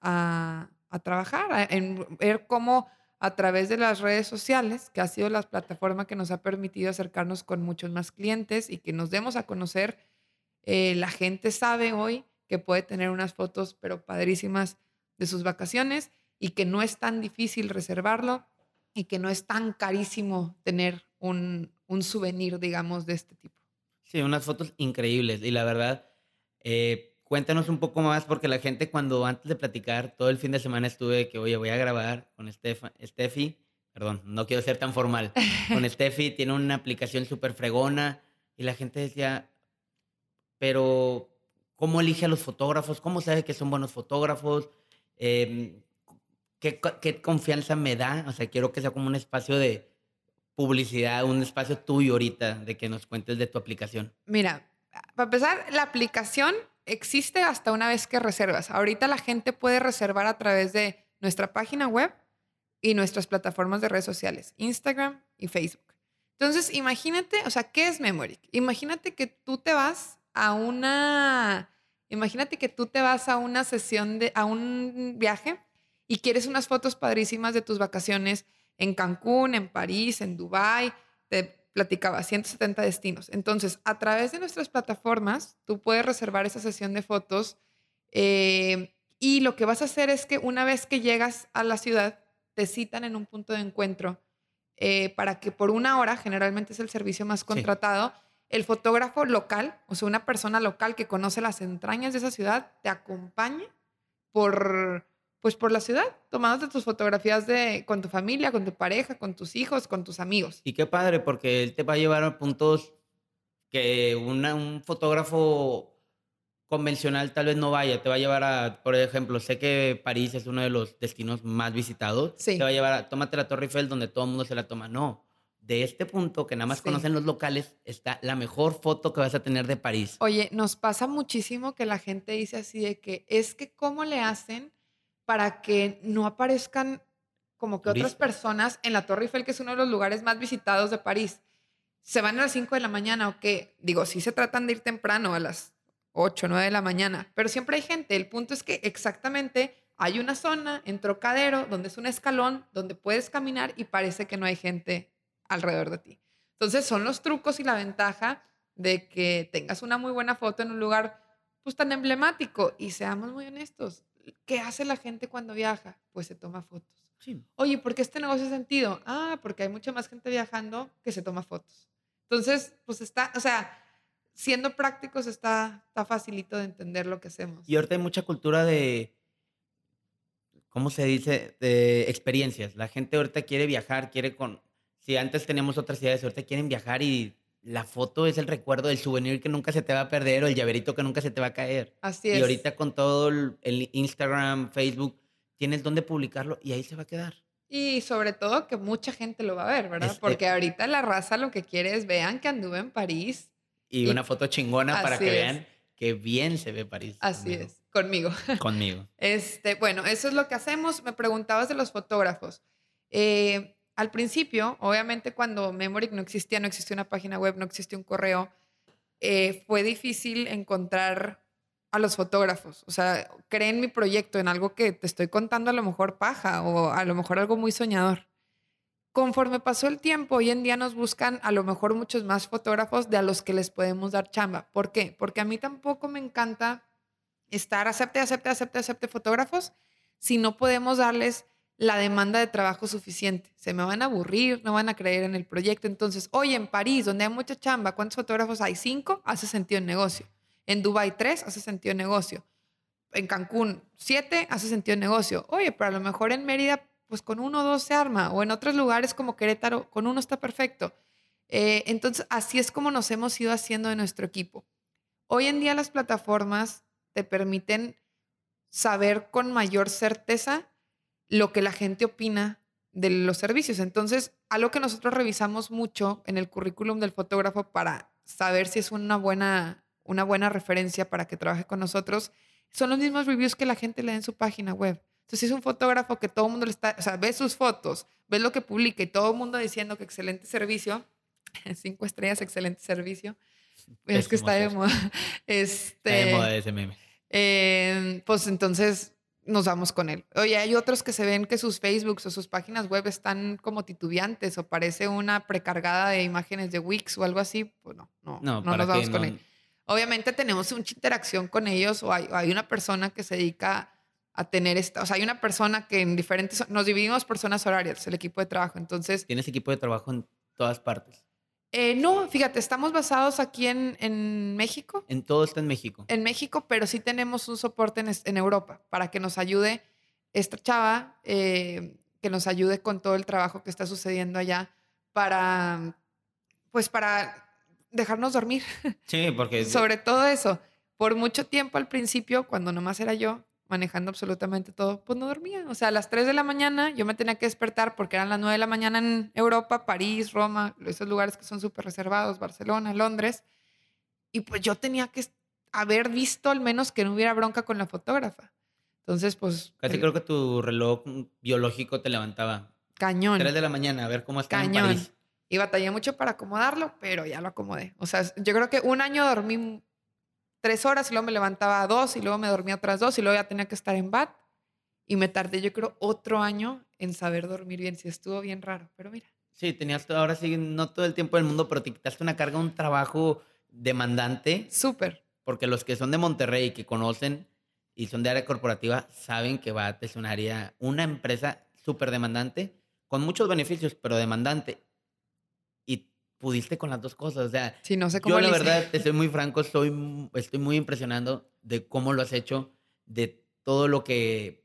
a trabajar, en ver cómo a través de las redes sociales, que ha sido la plataforma que nos ha permitido acercarnos con muchos más clientes y que nos demos a conocer. La gente sabe hoy que puede tener unas fotos, pero padrísimas, de sus vacaciones y que no es tan difícil reservarlo y que no es tan carísimo tener un souvenir, digamos, de este tipo. Sí, unas fotos increíbles. Y la verdad, cuéntanos un poco más, porque la gente cuando antes de platicar, todo el fin de semana estuve que, oye, voy a grabar con Steffi, perdón, no quiero ser tan formal, con Steffi, tiene una aplicación súper fregona, y la gente decía, pero ¿cómo elige a los fotógrafos? ¿Cómo sabe que son buenos fotógrafos? Em, ¿Qué confianza me da? O sea, quiero que sea como un espacio de publicidad, un espacio tuyo ahorita, de que nos cuentes de tu aplicación. Mira, para empezar, la aplicación existe hasta una vez que reservas. Ahorita la gente puede reservar a través de nuestra página web y nuestras plataformas de redes sociales, Instagram y Facebook. Entonces, imagínate, o sea, ¿qué es Memory? Imagínate que tú te vas a una sesión a un viaje y quieres unas fotos padrísimas de tus vacaciones en Cancún, en París, en Dubái. Te platicaba 170 destinos. Entonces, a través de nuestras plataformas, tú puedes reservar esa sesión de fotos, y lo que vas a hacer es que una vez que llegas a la ciudad, te citan en un punto de encuentro, para que por una hora, generalmente es el servicio más Sí. contratado, el fotógrafo local, o sea, una persona local que conoce las entrañas de esa ciudad, te acompañe por, pues por la ciudad, tomándote tus fotografías con tu familia, con tu pareja, con tus hijos, con tus amigos. Y qué padre, porque él te va a llevar a puntos que un fotógrafo convencional tal vez no vaya. Te va a llevar a, por ejemplo, sé que París es uno de los destinos más visitados. Te va a Sí, llevar a, tómate la Torre Eiffel donde todo el mundo se la toma. No, de este punto que nada más sí. conocen los locales está la mejor foto que vas a tener de París. Oye, nos pasa muchísimo que la gente dice así de que es que cómo le hacen para que no aparezcan como que otras Turistas. personas en la Torre Eiffel, que es uno de los lugares más visitados de París. Se van a las 5 de la mañana o qué. Digo, sí se tratan de ir temprano a las 8, 9 de la mañana, pero siempre hay gente. El punto es que exactamente hay una zona en Trocadero donde es un escalón donde puedes caminar y parece que no hay gente alrededor de ti. Entonces son los trucos y la ventaja de que tengas una muy buena foto en un lugar pues tan emblemático. Y seamos muy honestos, ¿qué hace la gente cuando viaja? Pues se toma fotos. Sí. Oye, ¿por qué este negocio hace sentido? Ah, porque hay mucha más gente viajando que se toma fotos. Entonces, pues está, o sea, siendo prácticos está facilito de entender lo que hacemos. Y ahorita hay mucha cultura de, ¿cómo se dice? De experiencias. La gente ahorita quiere viajar, quiere con... Si antes teníamos otras ciudades, ahorita quieren viajar y la foto es el recuerdo del souvenir que nunca se te va a perder o el llaverito que nunca se te va a caer. Así Y es. ahorita con todo el Instagram, Facebook, tienes dónde publicarlo y ahí se va a quedar. Y sobre todo que mucha gente lo va a ver, ¿verdad? Es, Porque ahorita la raza lo que quiere es vean que anduve en París y una y foto chingona para así que es, vean qué bien se ve París así conmigo. es, conmigo. Conmigo. Bueno, eso es lo que hacemos. Me preguntabas de los fotógrafos. Al principio, obviamente cuando Memory no existía una página web, no existía un correo, fue difícil encontrar a los fotógrafos. O sea, creen mi proyecto en algo que te estoy contando a lo mejor paja o a lo mejor algo muy soñador. Conforme pasó el tiempo, hoy en día nos buscan a lo mejor muchos más fotógrafos de a los que les podemos dar chamba. ¿Por qué? Porque a mí tampoco me encanta estar acepte fotógrafos si no podemos darles la demanda de trabajo suficiente. Se me van a aburrir, no van a creer en el proyecto. Entonces, oye, en París, donde hay mucha chamba, ¿cuántos fotógrafos hay? 5, hace sentido en negocio. En Dubái, 3, hace sentido en negocio. En Cancún, 7, hace sentido en negocio. Oye, pero a lo mejor en Mérida, pues con 1 o 2 se arma. O en otros lugares como Querétaro, con 1 está perfecto. Entonces, así es como nos hemos ido haciendo de nuestro equipo. Hoy en día las plataformas te permiten saber con mayor certeza lo que la gente opina de los servicios. Entonces, algo que nosotros revisamos mucho en el currículum del fotógrafo para saber si es una buena referencia para que trabaje con nosotros, son los mismos reviews que la gente le da en su página web. Entonces, si es un fotógrafo que todo el mundo le está, o sea, ves sus fotos, ves lo que publica y todo el mundo diciendo que excelente servicio, 5 estrellas, excelente servicio, es que Pésimo está de hacer. moda. Está de moda ese meme. Pues entonces nos vamos con él. Oye, hay otros que se ven que sus Facebooks o sus páginas web están como titubeantes o parece una precargada de imágenes de Wix o algo así. Pues No, no nos ¿para qué? vamos con No, él. Obviamente tenemos mucha interacción con ellos o hay una persona que se dedica a tener esta, o sea, hay una persona que en diferentes, nos dividimos por zonas horarias, el equipo de trabajo. Entonces, tienes equipo de trabajo en todas partes. no, fíjate, estamos basados aquí en México. En todo está en México. En México, pero sí tenemos un soporte en Europa para que nos ayude esta chava, que nos ayude con todo el trabajo que está sucediendo allá para, pues para dejarnos dormir. Sí, porque Sobre todo eso. Por mucho tiempo al principio, cuando nomás era yo manejando absolutamente todo, pues no dormía. O sea, a las 3 de la mañana yo me tenía que despertar porque eran las 9 de la mañana en Europa, París, Roma, esos lugares que son súper reservados, Barcelona, Londres. Y pues yo tenía que haber visto al menos que no hubiera bronca con la fotógrafa. Entonces, pues, casi creo que tu reloj biológico te levantaba. cañón, 3 de la mañana, a ver cómo están en cañón. París. Y batallé mucho para acomodarlo, pero ya lo acomodé. O sea, yo creo que un año dormí 3 horas y luego me levantaba a 2 y luego me dormía otras 2 y luego ya tenía que estar en BAT. Y me tardé, yo creo, otro año en saber dormir bien. Sí, estuvo bien raro, pero mira. Sí, tenías ahora sí, no todo el tiempo del mundo, pero te quitaste una carga, un trabajo demandante, Súper. porque los que son de Monterrey, que conocen y son de área corporativa, saben que BAT es un área, una empresa súper demandante, con muchos beneficios, pero demandante. Y pudiste con las dos cosas. O sea, Sí, no sé cómo yo la le hice. verdad, te soy muy franco, estoy muy impresionado de cómo lo has hecho, de todo lo que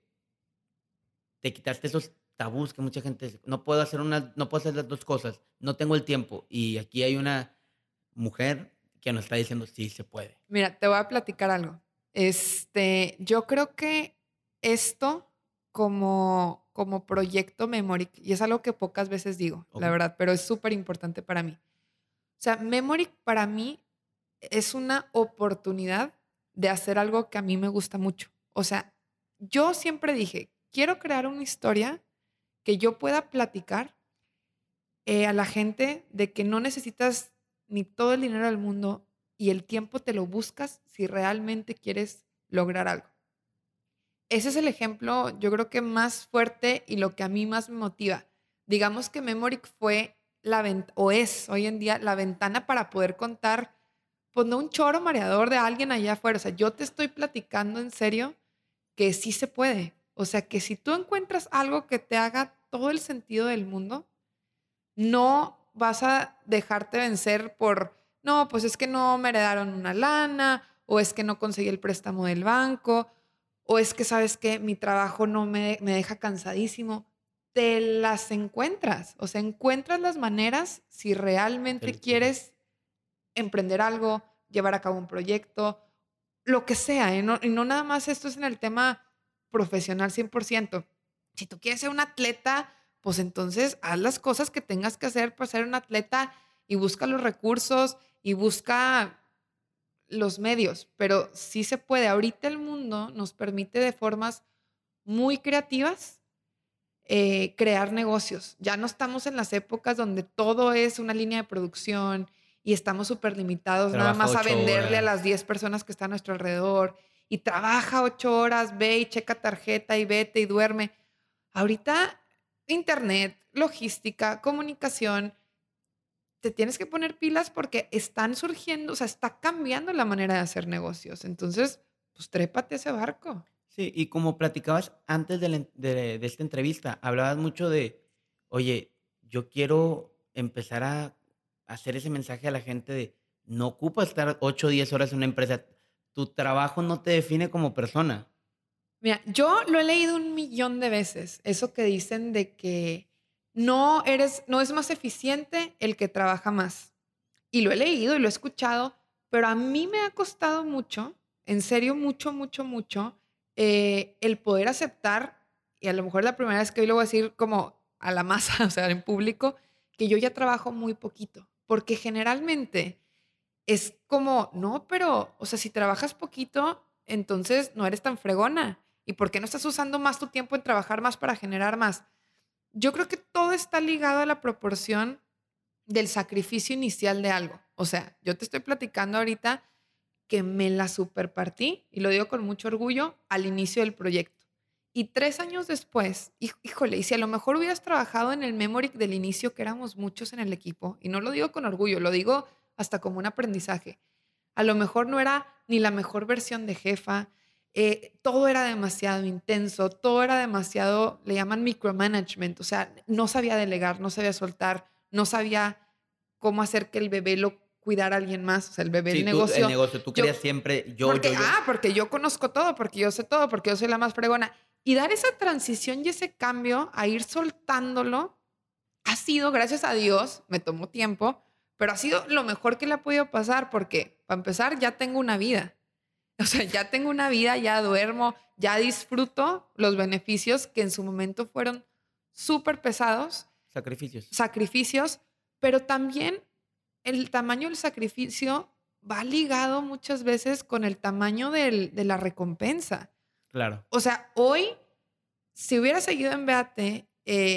te quitaste esos tabús que mucha gente dice, no puedo hacer las dos cosas, no tengo el tiempo. Y aquí hay una mujer que nos está diciendo, sí, se puede. Mira, te voy a platicar algo. Yo creo que esto como proyecto Memoric, y es algo que pocas veces digo, Ok. la verdad, pero es súper importante para mí. O sea, Memoric para mí es una oportunidad de hacer algo que a mí me gusta mucho. O sea, yo siempre dije, quiero crear una historia que yo pueda platicar a la gente de que no necesitas ni todo el dinero del mundo y el tiempo te lo buscas si realmente quieres lograr algo. Ese es el ejemplo, yo creo que más fuerte y lo que a mí más me motiva. Digamos que Memoric fue o es hoy en día la ventana para poder contar, pues no un choro mareador de alguien allá afuera. O sea, yo te estoy platicando en serio que sí se puede. O sea, que si tú encuentras algo que te haga todo el sentido del mundo, no vas a dejarte vencer por, no, pues es que no me heredaron una lana, o es que no conseguí el préstamo del banco, o es que, ¿sabes qué? Mi trabajo no me deja cansadísimo. Te las encuentras, o sea, encuentras las maneras si realmente quieres emprender algo, llevar a cabo un proyecto, lo que sea, ¿eh? No, y no nada más esto es en el tema profesional 100%. Si tú quieres ser un atleta, pues entonces haz las cosas que tengas que hacer para ser un atleta y busca los recursos y busca los medios, pero sí se puede. Ahorita el mundo nos permite de formas muy creativas crear negocios. Ya no estamos en las épocas donde todo es una línea de producción y estamos súper limitados nada Trabaja más a 8 venderle a horas. las 10 personas que están a nuestro alrededor y trabaja 8 horas, ve y checa tarjeta y vete y duerme. Ahorita, internet, logística, comunicación, te tienes que poner pilas porque están surgiendo, o sea, está cambiando la manera de hacer negocios. Entonces, pues trépate a ese barco. Sí, y como platicabas antes de esta entrevista, hablabas mucho de, oye, yo quiero empezar a hacer ese mensaje a la gente de, no ocupa estar 8 o 10 horas en una empresa, tu trabajo no te define como persona. Mira, yo lo he leído un millón de veces, eso que dicen de que no es más eficiente el que trabaja más. Y lo he leído y lo he escuchado, pero a mí me ha costado mucho, en serio, mucho, mucho, mucho, el poder aceptar, y a lo mejor la primera vez que hoy lo voy a decir como a la masa, o sea, en público, que yo ya trabajo muy poquito, porque generalmente es como, no, pero, o sea, si trabajas poquito, entonces no eres tan fregona. ¿Y por qué no estás usando más tu tiempo en trabajar más para generar más? Yo creo que todo está ligado a la proporción del sacrificio inicial de algo. O sea, yo te estoy platicando ahorita que me la superpartí, y lo digo con mucho orgullo, al inicio del proyecto. Y 3 años después, híjole, y si a lo mejor hubieras trabajado en el memory del inicio, que éramos muchos en el equipo, y no lo digo con orgullo, lo digo hasta como un aprendizaje, a lo mejor no era ni la mejor versión de jefa, todo era demasiado intenso, todo era demasiado, le llaman micromanagement, o sea, no sabía delegar, no sabía soltar, no sabía cómo hacer que el bebé lo cuidara a alguien más, o sea, el bebé, el Sí, tú, el negocio. negocio, tú Yo, querías siempre yo. porque yo conozco todo, porque yo sé todo, porque yo soy la más fregona. Y dar esa transición y ese cambio a ir soltándolo ha sido, gracias a Dios, me tomó tiempo, pero ha sido lo mejor que le ha podido pasar porque, para empezar, ya tengo una vida. O sea, ya tengo una vida, ya duermo, ya disfruto los beneficios que en su momento fueron súper pesados, Sacrificios. sacrificios, pero también el tamaño del sacrificio va ligado muchas veces con el tamaño de la recompensa. Claro. O sea, hoy, si hubiera seguido en Beate,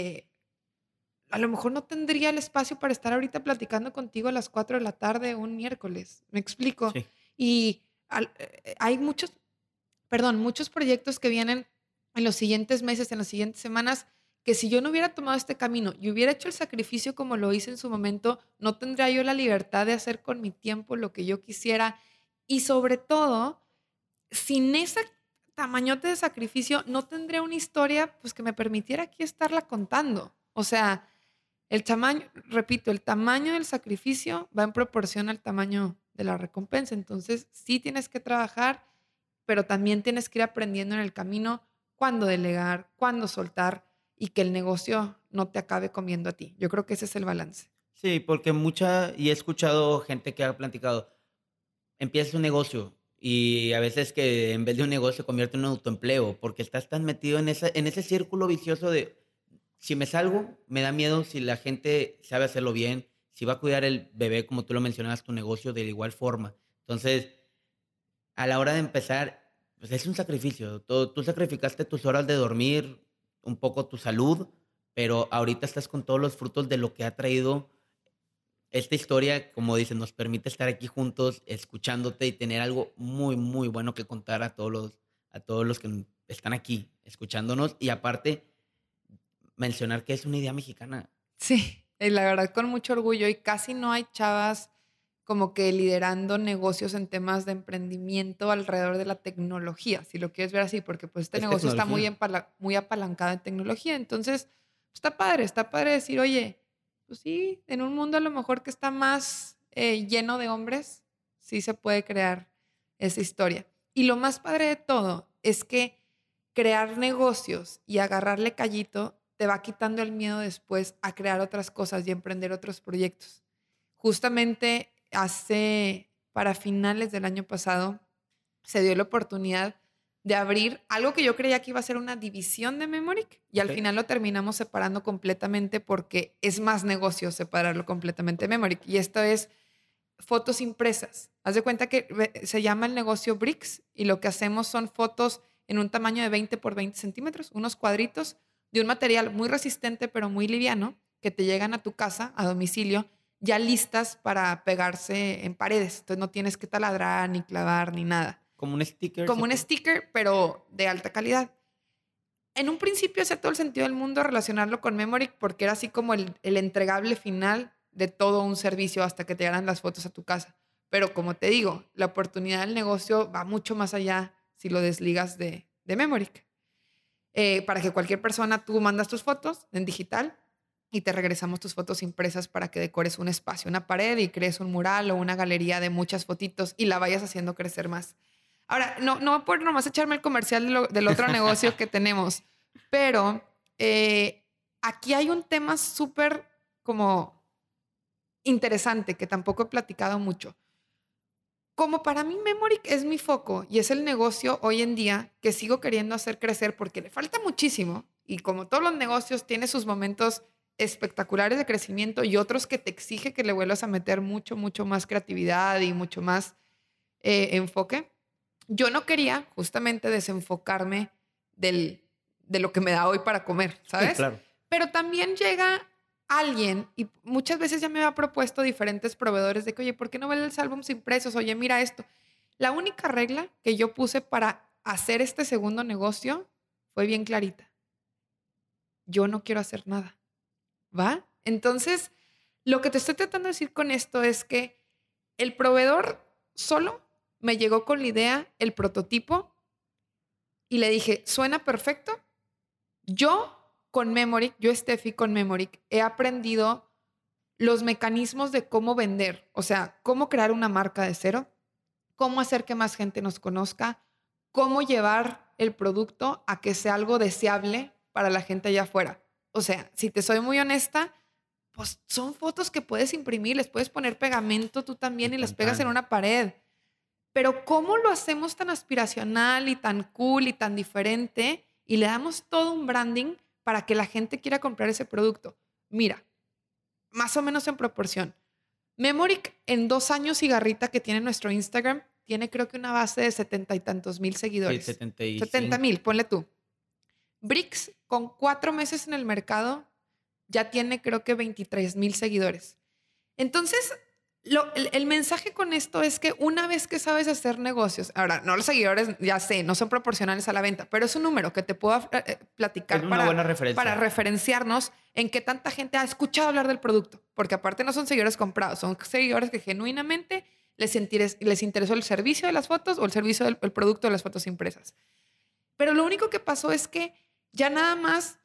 a lo mejor no tendría el espacio para estar ahorita platicando contigo a las 4 de la tarde un miércoles. ¿Me explico? Sí. Y hay muchos proyectos que vienen en los siguientes meses, en las siguientes semanas, que si yo no hubiera tomado este camino y hubiera hecho el sacrificio como lo hice en su momento, no tendría yo la libertad de hacer con mi tiempo lo que yo quisiera. Y sobre todo, sin ese tamañote de sacrificio, no tendría una historia pues, que me permitiera aquí estarla contando. O sea, el tamaño, repito, el tamaño del sacrificio va en proporción al tamaño de la recompensa. Entonces, sí tienes que trabajar, pero también tienes que ir aprendiendo en el camino cuándo delegar, cuándo soltar y que el negocio no te acabe comiendo a ti. Yo creo que ese es el balance. Sí, porque y he escuchado gente que ha platicado, empiezas un negocio y a veces que en vez de un negocio se convierte en un autoempleo, porque estás tan metido en ese círculo vicioso de si me salgo, me da miedo si la gente sabe hacerlo bien, si va a cuidar el bebé, como tú lo mencionabas, tu negocio de igual forma. Entonces, a la hora de empezar, pues es un sacrificio. Tú sacrificaste tus horas de dormir, un poco tu salud, pero ahorita estás con todos los frutos de lo que ha traído esta historia, como dices, nos permite estar aquí juntos, escuchándote y tener algo muy, muy bueno que contar a todos los que están aquí, escuchándonos. Y aparte, mencionar que es una idea mexicana. Sí, la verdad con mucho orgullo y casi no hay chavas como que liderando negocios en temas de emprendimiento alrededor de la tecnología, si lo quieres ver así, porque pues este Es negocio está tecnología. muy apalancado en tecnología. Entonces, está padre decir, oye, pues sí, en un mundo a lo mejor que está más lleno de hombres, sí se puede crear esa historia. Y lo más padre de todo es que crear negocios y agarrarle callito te va quitando el miedo después a crear otras cosas y emprender otros proyectos. Justamente para finales del año pasado, se dio la oportunidad de abrir algo que yo creía que iba a ser una división de Memoric y al Ok. final lo terminamos separando completamente porque es más negocio separarlo completamente de Memoric. Y esto es fotos impresas. Haz de cuenta que se llama el negocio Bricks y lo que hacemos son fotos en un tamaño de 20 por 20 centímetros, unos cuadritos de un material muy resistente pero muy liviano que te llegan a tu casa, a domicilio, ya listas para pegarse en paredes. Entonces no tienes que taladrar, ni clavar, ni nada. Como un sticker. Como un sticker, pero de alta calidad. En un principio hacía todo el sentido del mundo relacionarlo con Memoric porque era así como el entregable final de todo un servicio hasta que te llegaran las fotos a tu casa. Pero como te digo, la oportunidad del negocio va mucho más allá si lo desligas de Memoric. Para que cualquier persona, tú mandas tus fotos en digital y te regresamos tus fotos impresas para que decores un espacio, una pared y crees un mural o una galería de muchas fotitos y la vayas haciendo crecer más. Ahora, no por nomás echarme el comercial del otro negocio que tenemos, pero aquí hay un tema súper como interesante que tampoco he platicado mucho. Como para mí Memoric es mi foco y es el negocio hoy en día que sigo queriendo hacer crecer porque le falta muchísimo y como todos los negocios tiene sus momentos espectaculares de crecimiento y otros que te exige que le vuelvas a meter mucho más creatividad y mucho más enfoque. Yo no quería justamente desenfocarme de lo que me da hoy para comer, Sí, ¿sabes? claro. Pero también llega alguien, y muchas veces ya me había propuesto diferentes proveedores de que, oye, ¿por qué no vendes álbumes impresos? Oye, mira esto. La única regla que yo puse para hacer este segundo negocio fue bien clarita. Yo no quiero hacer nada, ¿va? Entonces, lo que te estoy tratando de decir con esto es que el proveedor solo me llegó con la idea, el prototipo, y le dije, suena perfecto. Yo, Steffi, con Memoric, he aprendido los mecanismos de cómo vender, o sea, cómo crear una marca de cero, cómo hacer que más gente nos conozca, cómo llevar el producto a que sea algo deseable para la gente allá afuera. O sea, si te soy muy honesta, pues son fotos que puedes imprimir, les puedes poner pegamento tú también y les pegas en una pared. Pero ¿cómo lo hacemos tan aspiracional y tan cool y tan diferente y le damos todo un branding para que la gente quiera comprar ese producto? Mira, más o menos en proporción. Memoric en 2 años y garrita que tiene nuestro Instagram, tiene creo que una base de 70 y tantos mil Sí, seguidores. 75. 70,000, ponle tú. Bricks con 4 meses en el mercado ya tiene creo que 23,000 seguidores. Entonces, el mensaje con esto es que una vez que sabes hacer negocios, ahora, no los seguidores, ya sé, no son proporcionales a la venta, pero es un número que te puedo platicar Es una buena referencia. para referenciarnos en qué tanta gente ha escuchado hablar del producto. Porque aparte no son seguidores comprados, son seguidores que genuinamente les interesó el servicio de las fotos o el servicio del el producto de las fotos impresas. Pero lo único que pasó es que ya nada más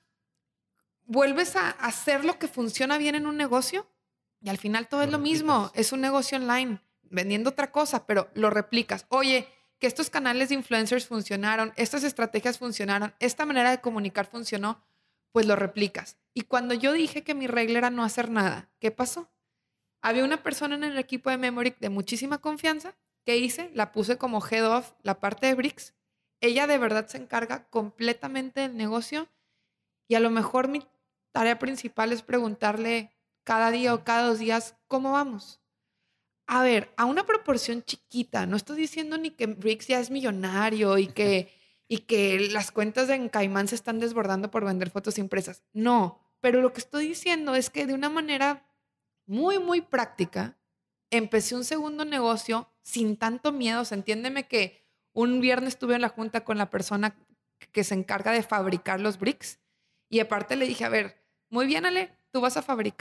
vuelves a hacer lo que funciona bien en un negocio y al final todo Lo es lo replicas. mismo. Es un negocio online vendiendo otra cosa, pero lo replicas. Oye, que estos canales de influencers funcionaron, estas estrategias funcionaron, esta manera de comunicar funcionó, pues lo replicas. Y cuando yo dije que mi regla era no hacer nada, ¿qué pasó? Había una persona en el equipo de Memoric de muchísima confianza. ¿Qué hice? La puse como head of la parte de Bricks. Ella de verdad se encarga completamente del negocio y a lo mejor mi tarea principal es preguntarle cada día o cada 2 días, ¿cómo vamos? A ver, a una proporción chiquita, no estoy diciendo ni que Bricks ya es millonario y que las cuentas en Caimán se están desbordando por vender fotos impresas. No, pero lo que estoy diciendo es que de una manera muy práctica, empecé un segundo negocio sin tanto miedo. O sea, entiéndeme que un viernes estuve en la junta con la persona que se encarga de fabricar los bricks y aparte le dije, a ver, muy bien Ale, tú vas a fabricar,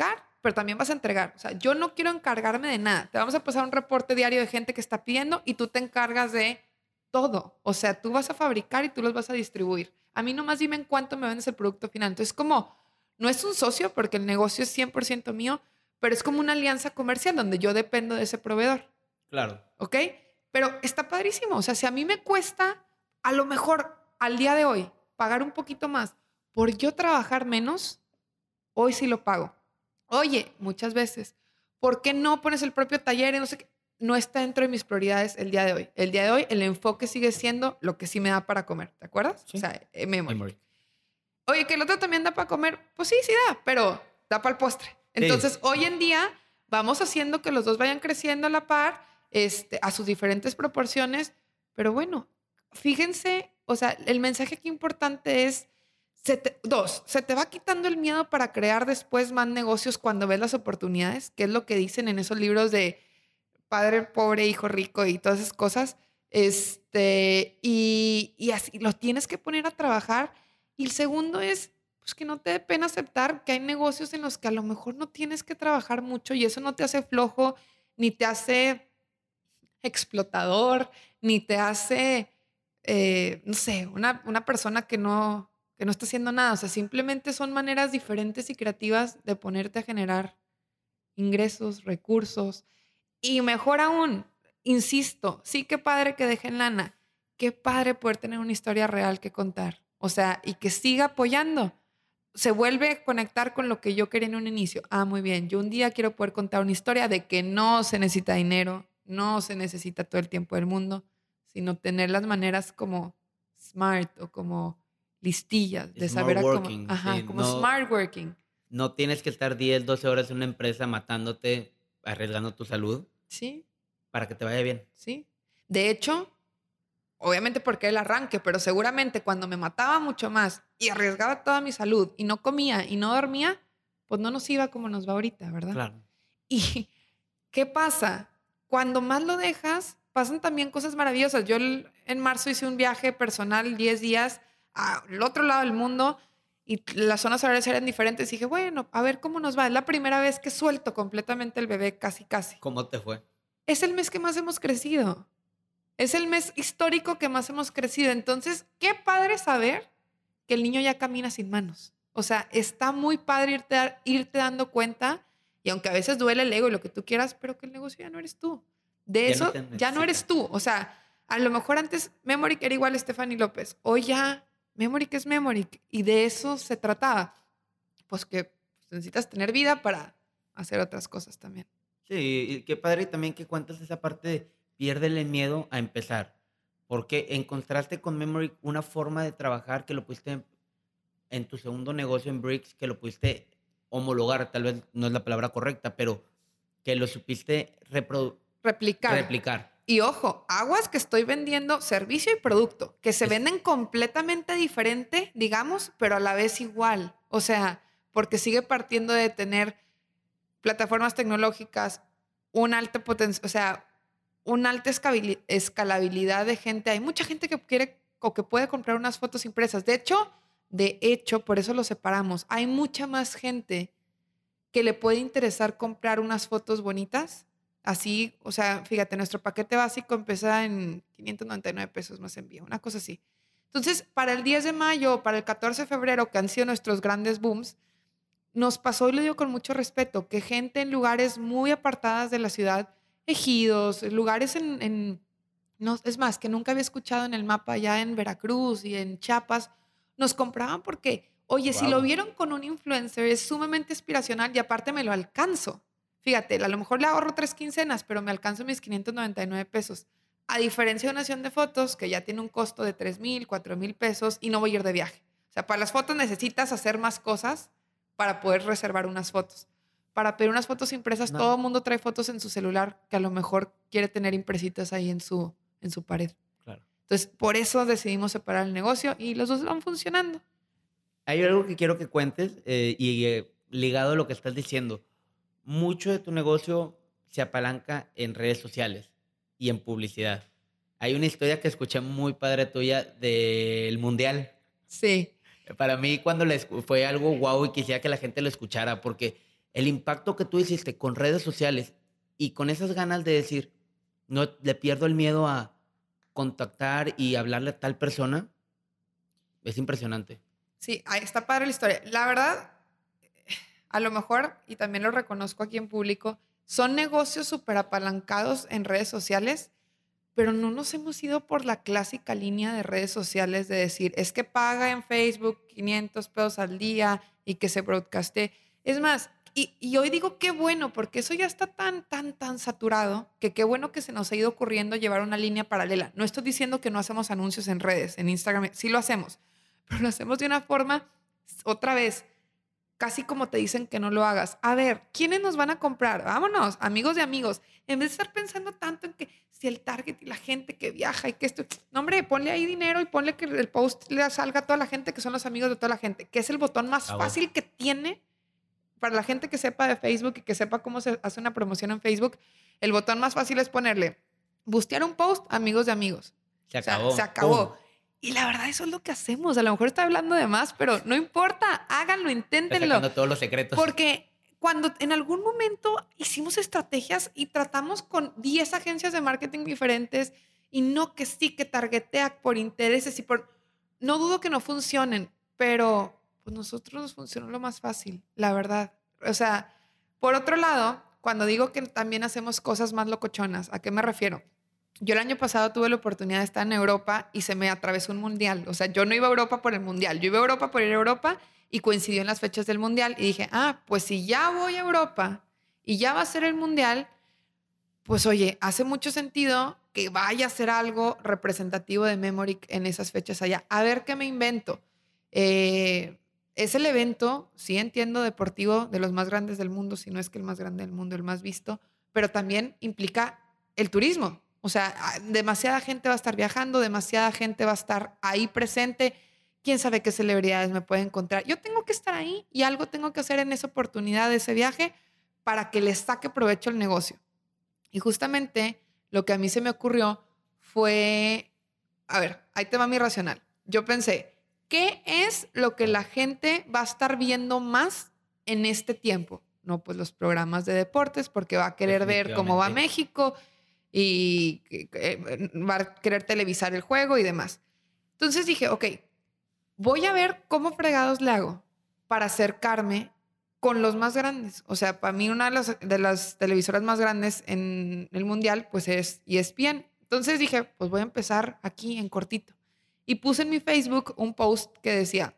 pero también vas a entregar. O sea, yo no quiero encargarme de nada. Te vamos a pasar un reporte diario de gente que está pidiendo y tú te encargas de todo. O sea, tú vas a fabricar y tú los vas a distribuir. A mí nomás dime en cuánto me vendes el producto final. Entonces, como, no es un socio porque el negocio es 100% mío, pero es como una alianza comercial donde yo dependo de ese proveedor. Claro. ¿Ok? Pero está padrísimo. O sea, si a mí me cuesta, a lo mejor al día de hoy, pagar un poquito más por yo trabajar menos, hoy sí lo pago. Oye, muchas veces, ¿por qué no pones el propio taller? Y no sé qué. No está dentro de mis prioridades el día de hoy. El día de hoy, el enfoque sigue siendo lo que sí me da para comer. ¿Te acuerdas? Sí. O sea, memory. Memory. Oye, que el otro también da para comer. Pues sí, sí da, pero da para el postre. Entonces, hoy en día, vamos haciendo que los dos vayan creciendo a la par, a sus diferentes proporciones. Pero bueno, fíjense, o sea, el mensaje aquí importante es, se te va quitando el miedo para crear después más negocios cuando ves las oportunidades, que es lo que dicen en esos libros de padre pobre, hijo rico y todas esas cosas. Y así lo tienes que poner a trabajar. Y el segundo es, pues, que no te dé pena aceptar que hay negocios en los que a lo mejor no tienes que trabajar mucho y eso no te hace flojo, ni te hace explotador, ni te hace, no sé, una persona que no está haciendo nada. O sea, simplemente son maneras diferentes y creativas de ponerte a generar ingresos, recursos. Y mejor aún, insisto, sí, qué padre que dejen lana, qué padre poder tener una historia real que contar. O sea, y que siga apoyando. Se vuelve a conectar con lo que yo quería en un inicio. Ah, muy bien, yo un día quiero poder contar una historia de que no se necesita dinero, no se necesita todo el tiempo del mundo, sino tener las maneras como smart o como listillas de Smart saber a cómo, working, ajá, sí. como No, smart working. no tienes que estar 10, 12 horas en una empresa matándote, arriesgando tu salud Sí, para que te vaya bien. sí. De hecho, obviamente porque el arranque, pero seguramente cuando me mataba mucho más y arriesgaba toda mi salud y no comía y no dormía, pues no nos iba como nos va ahorita, ¿verdad? Claro. ¿Y qué pasa? Cuando más lo dejas, pasan también cosas maravillosas. Yo en marzo hice un viaje personal, 10 días al otro lado del mundo y las zonas horarias eran diferentes. Y dije, bueno, a ver cómo nos va. Es la primera vez que suelto completamente el bebé, casi, casi. ¿Cómo te fue? Es el mes que más hemos crecido. Es el mes histórico que más hemos crecido. Entonces, qué padre saber que el niño ya camina sin manos. O sea, está muy padre irte dando cuenta, y aunque a veces duele el ego y lo que tú quieras, pero que el negocio ya no eres tú. De Ya no eso te ya no eres necesita. tú. O sea, a lo mejor antes Memory era igual a Stephanie López. Hoy ya Memory es Memory. Y de eso se trataba. Pues que necesitas tener vida para hacer otras cosas también. Sí, y qué padre también que cuentas esa parte de piérdele miedo a empezar. Porque encontraste con Memory una forma de trabajar que lo pudiste en tu segundo negocio en Bricks, que lo pudiste homologar, tal vez no es la palabra correcta, pero que lo supiste Replicar. replicar. Y ojo, aguas que estoy vendiendo servicio y producto, que se venden completamente diferente, digamos, pero a la vez igual. O sea, porque sigue partiendo de tener plataformas tecnológicas, un alto potencial, o sea, una alta escalabilidad de gente. Hay mucha gente que quiere o que puede comprar unas fotos impresas. De hecho, por eso lo separamos. Hay mucha más gente que le puede interesar comprar unas fotos bonitas. Así, o sea, fíjate, nuestro paquete básico empieza en 599 pesos más envío, una cosa así. Entonces, para el 10 de mayo, para el 14 de febrero, que han sido nuestros grandes booms, nos pasó, y lo digo con mucho respeto, que gente en lugares muy apartadas de la ciudad, ejidos, lugares no, es más, que nunca había escuchado en el mapa, ya en Veracruz y en Chiapas, nos compraban porque, oye, si lo Wow. vieron con un influencer, es sumamente inspiracional y aparte me lo alcanzo. Fíjate, a lo mejor le ahorro 3 quincenas, pero me alcanzo mis 599 pesos. A diferencia de una sesión de fotos que ya tiene un costo de 3,000, 4,000 pesos y no voy a ir de viaje. O sea, para las fotos necesitas hacer más cosas para poder reservar unas fotos. Para pedir unas fotos impresas, No, todo el mundo trae fotos en su celular que a lo mejor quiere tener impresitas ahí en su pared. claro. Entonces, por eso decidimos separar el negocio y los dos van funcionando. Hay algo que quiero que cuentes ligado a lo que estás diciendo. Mucho de tu negocio se apalanca en redes sociales y en publicidad. Hay una historia que escuché muy padre tuya del Mundial. Sí. Para mí, cuando fue algo guau y quisiera que la gente lo escuchara, porque el impacto que tú hiciste con redes sociales y con esas ganas de decir, no le pierdo el miedo a contactar y hablarle a tal persona, es impresionante. Sí, ahí está padre la historia. La verdad, a lo mejor, y también lo reconozco aquí en público, son negocios súper apalancados en redes sociales, pero no nos hemos ido por la clásica línea de redes sociales de decir, es que paga en Facebook 500 pesos al día y que se broadcaste. Es más, y hoy digo qué bueno, porque eso ya está tan saturado, que qué bueno que se nos ha ido ocurriendo llevar una línea paralela. No estoy diciendo que no hacemos anuncios en redes, en Instagram, sí lo hacemos, pero lo hacemos de una forma, otra vez, casi como te dicen que no lo hagas. A ver, ¿quiénes nos van a comprar? Vámonos, amigos de amigos. En vez de estar pensando tanto en que si el target y la gente que viaja y que esto... No, hombre, ponle ahí dinero y ponle que el post le salga a toda la gente que son los amigos de toda la gente, que es el botón más fácil que tiene para la gente que sepa de Facebook y que sepa cómo se hace una promoción en Facebook. El botón más fácil es ponerle, bustear un post, amigos de amigos. Se acabó. O sea, se acabó. Y la verdad, eso es lo que hacemos. A lo mejor está hablando de más, pero no importa. Háganlo, inténtenlo. Está sacando todos los secretos. Porque cuando en algún momento hicimos estrategias y tratamos con 10 agencias de marketing diferentes y no que sí, que targetea por intereses y por... No dudo que no funcionen, pero pues nosotros nos funcionó lo más fácil, la verdad. O sea, por otro lado, cuando digo que también hacemos cosas más locochonas, ¿a qué me refiero? Yo el año pasado tuve la oportunidad de estar en Europa y se me atravesó un mundial. O sea, yo no iba a Europa por el mundial, yo iba a Europa por ir a Europa y coincidió en las fechas del mundial. Y dije, pues si ya voy a Europa y ya va a ser el mundial, pues oye, hace mucho sentido que vaya a ser algo representativo de Memory en esas fechas allá. A ver qué me invento. Es el evento, sí entiendo, deportivo de los más grandes del mundo, si no es que el más grande del mundo, el más visto, pero también implica el turismo. O sea, demasiada gente va a estar viajando, demasiada gente va a estar ahí presente. ¿Quién sabe qué celebridades me puede encontrar? Yo tengo que estar ahí y algo tengo que hacer en esa oportunidad de ese viaje para que les saque provecho al negocio. Y justamente lo que a mí se me ocurrió fue, a ver, ahí te va mi racional. Yo pensé, ¿qué es lo que la gente va a estar viendo más en este tiempo? No, pues los programas de deportes, porque va a querer ver cómo va México y va a querer televisar el juego y demás. Entonces dije, ok, voy a ver cómo fregados le hago para acercarme con los más grandes. O sea, para mí una de las televisoras más grandes en el mundial, pues es ESPN. Entonces dije, pues voy a empezar aquí en cortito. Y puse en mi Facebook un post que decía,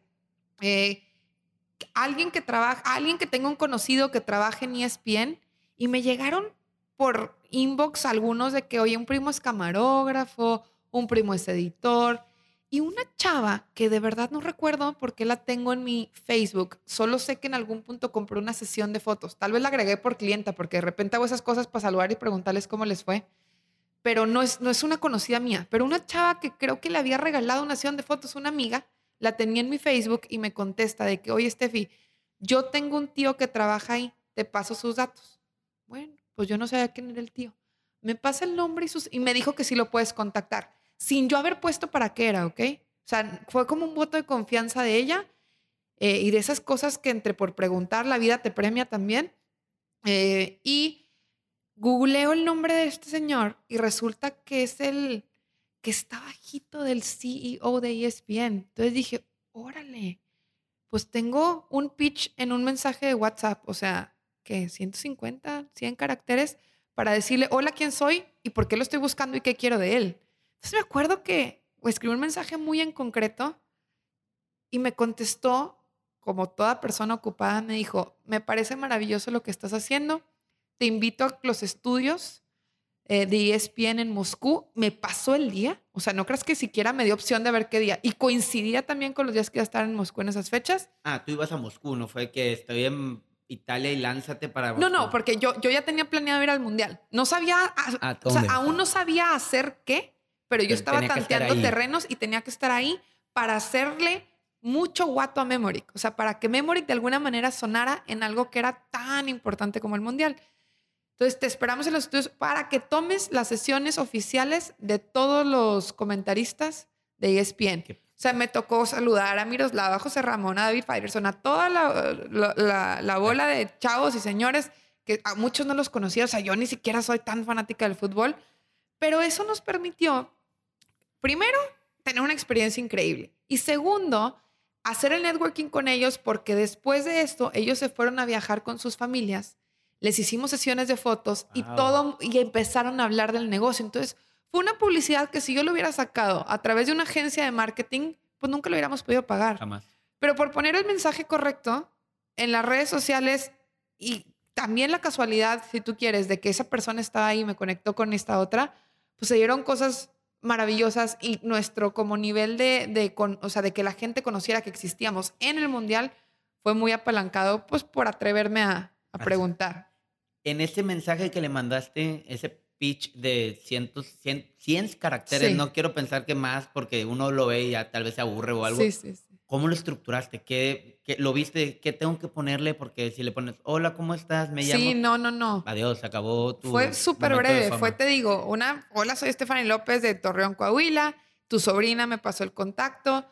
alguien que tenga un conocido que trabaje en ESPN, y me llegaron por inbox algunos de que, oye, un primo es camarógrafo, un primo es editor, y una chava que de verdad no recuerdo por qué la tengo en mi Facebook, solo sé que en algún punto compré una sesión de fotos, tal vez la agregué por clienta, porque de repente hago esas cosas para saludar y preguntarles cómo les fue, pero no es una conocida mía, pero una chava que creo que le había regalado una sesión de fotos, una amiga, la tenía en mi Facebook y me contesta de que, oye, Steffi, yo tengo un tío que trabaja ahí, te paso sus datos. Bueno, pues yo no sabía quién era el tío. Me pasa el nombre y me dijo que sí lo puedes contactar, sin yo haber puesto para qué era, ¿ok? O sea, fue como un voto de confianza de ella y de esas cosas que entre por preguntar la vida te premia también. Y googleo el nombre de este señor y resulta que es el que está bajito del CEO de ESPN. Entonces dije, órale, pues tengo un pitch en un mensaje de WhatsApp, o sea, que 150, 100 caracteres para decirle, hola, ¿quién soy? ¿Y por qué lo estoy buscando y qué quiero de él? Entonces me acuerdo que escribí un mensaje muy en concreto y me contestó, como toda persona ocupada, me dijo, me parece maravilloso lo que estás haciendo, te invito a los estudios de ESPN en Moscú. Me pasó el día, o sea, no creas que siquiera me dio opción de ver qué día, y coincidía también con los días que iba a estar en Moscú en esas fechas. Tú ibas a Moscú, ¿no fue que estoy en Italia y lánzate para Moscú? No, porque yo ya tenía planeado ir al Mundial. No sabía, o sea, aún no sabía hacer qué, pero yo estaba tanteando terrenos y tenía que estar ahí para hacerle mucho guato a Memory. O sea, para que Memory de alguna manera sonara en algo que era tan importante como el Mundial. Entonces, te esperamos en los estudios para que tomes las sesiones oficiales de todos los comentaristas de ESPN. O sea, me tocó saludar a Miroslava, a José Ramón, a David Faitelson, a toda la bola de chavos y señores que a muchos no los conocía. O sea, yo ni siquiera soy tan fanática del fútbol, pero eso nos permitió, primero, tener una experiencia increíble. Y segundo, hacer el networking con ellos, porque después de esto, ellos se fueron a viajar con sus familias, les hicimos sesiones de fotos y empezaron a hablar del negocio. Entonces, fue una publicidad que si yo lo hubiera sacado a través de una agencia de marketing, pues nunca lo hubiéramos podido pagar. Jamás. Pero por poner el mensaje correcto en las redes sociales y también la casualidad, si tú quieres, de que esa persona estaba ahí y me conectó con esta otra, pues se dieron cosas maravillosas y nuestro como nivel o sea, de que la gente conociera que existíamos en el Mundial fue muy apalancado pues por atreverme a preguntar. En ese mensaje que le mandaste, ese pitch de 100 caracteres, Sí. no quiero pensar que más porque uno lo ve y ya tal vez se aburre o algo. Sí, sí, sí. ¿Cómo lo estructuraste? ¿Qué lo viste? ¿Qué tengo que ponerle? Porque si le pones, hola, ¿cómo estás? Me llamo. Sí, no. Adiós, se acabó tu Fue súper momento de breve. fama. Fue, te digo, hola, soy Stephanie López de Torreón, Coahuila. Tu sobrina me pasó el contacto.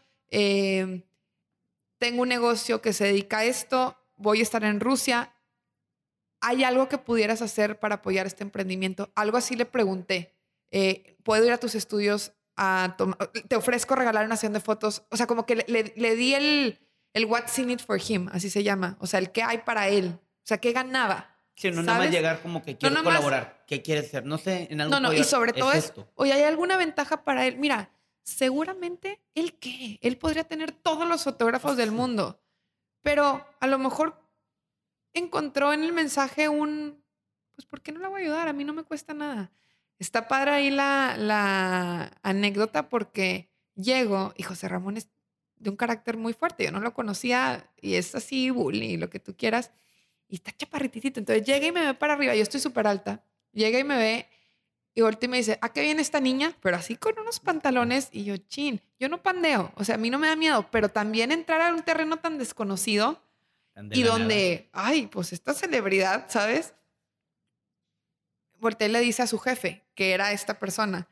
Tengo un negocio que se dedica a esto. Voy a estar en Rusia. ¿Hay algo que pudieras hacer para apoyar este emprendimiento? Algo así le pregunté. ¿Puedo ir a tus estudios a tomar? Te ofrezco regalar una sesión de fotos. O sea, como que le di el what's in it for him, así se llama. O sea, el qué hay para él. O sea, qué ganaba. Sí, no ¿sabes? nada más llegar como que quiero No, nada más- colaborar. ¿Qué quieres hacer? No sé, en algo No, y sobre todo es, esto. oye, ¿hay alguna ventaja para él? Mira, seguramente, ¿él qué? Él podría tener todos los fotógrafos del mundo, pero a lo mejor encontró en el mensaje pues, ¿por qué no la voy a ayudar? A mí no me cuesta nada. Está padre ahí la anécdota porque llego y José Ramón es de un carácter muy fuerte. Yo no lo conocía y es así, bully, lo que tú quieras. Y está chaparritito. Entonces llega y me ve para arriba. Yo estoy súper alta. Llega y me ve y voltea y me dice, ¿a qué viene esta niña? Pero así con unos pantalones. Y yo, chin, yo no pandeo. O sea, a mí no me da miedo. Pero también entrar a un terreno tan desconocido y donde, ay, pues esta celebridad, ¿sabes? Voltea y le dice a su jefe, que era esta persona,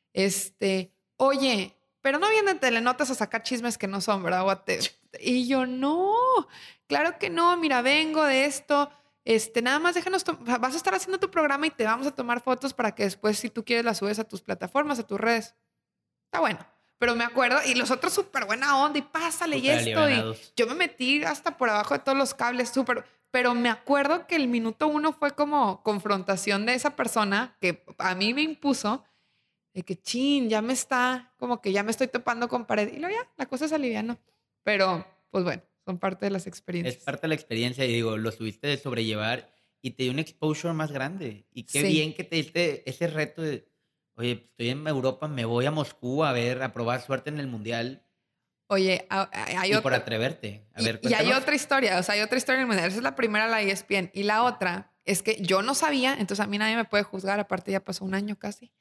oye, pero no vienen telenotas a sacar chismes que no son, ¿verdad? Y yo, no, claro que no, mira, vengo de esto, nada más déjanos, vas a estar haciendo tu programa y te vamos a tomar fotos para que después, si tú quieres, las subes a tus plataformas, a tus redes. Está bueno. Pero me acuerdo, y los otros súper buena onda, y pásale, y esto, y yo me metí hasta por abajo de todos los cables, súper. Pero me acuerdo que el minuto 1 fue como confrontación de esa persona que a mí me impuso, de que chin, como que ya me estoy topando con pared. Y luego ya, la cosa se alivianó. Pero, pues bueno, son parte de las experiencias. Es parte de la experiencia y digo, lo tuviste de sobrellevar y te dio un exposure más grande. Y qué bien que te diste ese reto de, oye, estoy en Europa, me voy a Moscú a probar suerte en el Mundial. Oye, hay por atreverte. A ver, y hay otra historia, o sea, hay otra historia en el Mundial. Esa es la primera, la ESPN. Y la otra es que yo no sabía, entonces a mí nadie me puede juzgar, aparte ya pasó un año casi.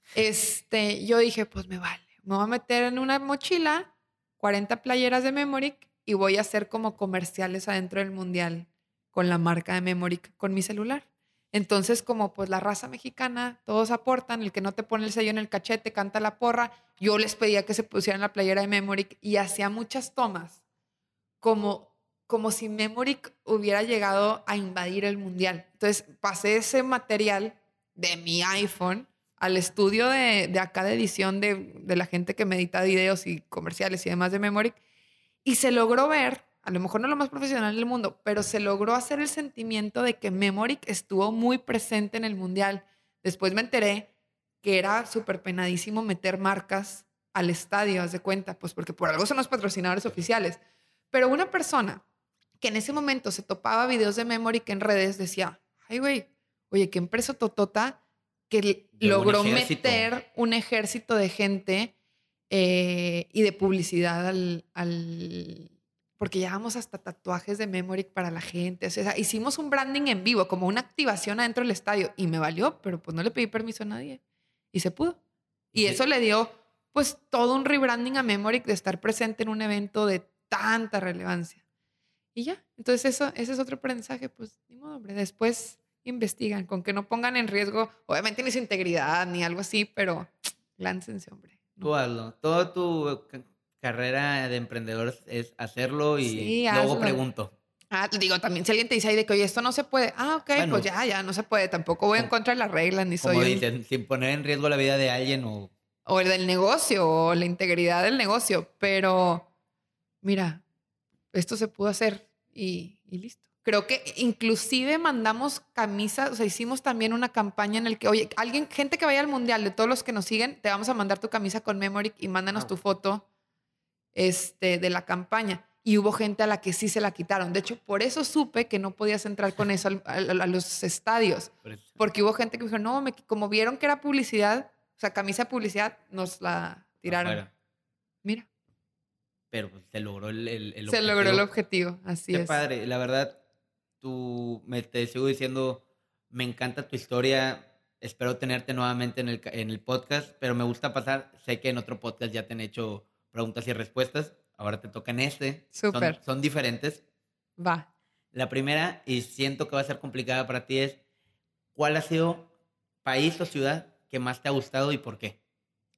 Yo dije, pues me vale. Me voy a meter en una mochila, 40 playeras de Memoric y voy a hacer como comerciales adentro del Mundial con la marca de Memoric con mi celular. Entonces, como pues la raza mexicana, todos aportan, el que no te pone el sello en el cachete, canta la porra, yo les pedía que se pusieran la playera de Memoric y hacía muchas tomas como si Memoric hubiera llegado a invadir el Mundial. Entonces, pasé ese material de mi iPhone al estudio de acá de edición de la gente que me edita videos y comerciales y demás de Memoric y se logró ver, a lo mejor no lo más profesional del mundo, pero se logró hacer el sentimiento de que Memoric estuvo muy presente en el Mundial. Después me enteré que era súper penadísimo meter marcas al estadio, haz de cuenta, pues porque por algo son los patrocinadores oficiales. Pero una persona que en ese momento se topaba videos de Memoric en redes decía, ay, güey, oye, qué empresa totota que logró meter un ejército de gente y de publicidad porque llevamos hasta tatuajes de Memoric para la gente. O sea, hicimos un branding en vivo, como una activación adentro del estadio. Y me valió, pero pues no le pedí permiso a nadie. Y se pudo. Y eso le dio pues todo un rebranding a Memoric de estar presente en un evento de tanta relevancia. Y ya. Entonces ese es otro aprendizaje. Pues ni modo, hombre. Después investigan, con que no pongan en riesgo, obviamente ni su integridad ni algo así, pero láncense, hombre. Tú hazlo. Todo tu carrera de emprendedores es hacerlo y Sí, luego hazlo. pregunto. Digo, también si alguien te dice ahí de que, oye, esto no se puede. Ok, Bueno, pues ya, no se puede. Tampoco voy en como, contra de las reglas, ni como soy un... dicen, sin poner en riesgo la vida de alguien o... O el del negocio, o la integridad del negocio. Pero, mira, esto se pudo hacer y listo. Creo que inclusive mandamos camisas, o sea, hicimos también una campaña en el que, oye, gente que vaya al mundial, de todos los que nos siguen, te vamos a mandar tu camisa con Memory y mándanos tu foto de la campaña. Y hubo gente a la que sí se la quitaron. De hecho, por eso supe que no podías entrar con eso a los estadios. Porque hubo gente que dijo, no, como vieron que era publicidad, o sea, camisa de publicidad, nos la tiraron. Afuera. Mira. Pero pues, se logró el Se objetivo. logró el objetivo, así Qué es. padre, la verdad, te sigo diciendo, me encanta tu historia, espero tenerte nuevamente en el podcast, pero me gusta pasar, sé que en otro podcast ya te han hecho preguntas y respuestas, ahora te toca en este, Súper. son diferentes. Va. La primera, y siento que va a ser complicada para ti, es, ¿cuál ha sido país o ciudad que más te ha gustado y por qué?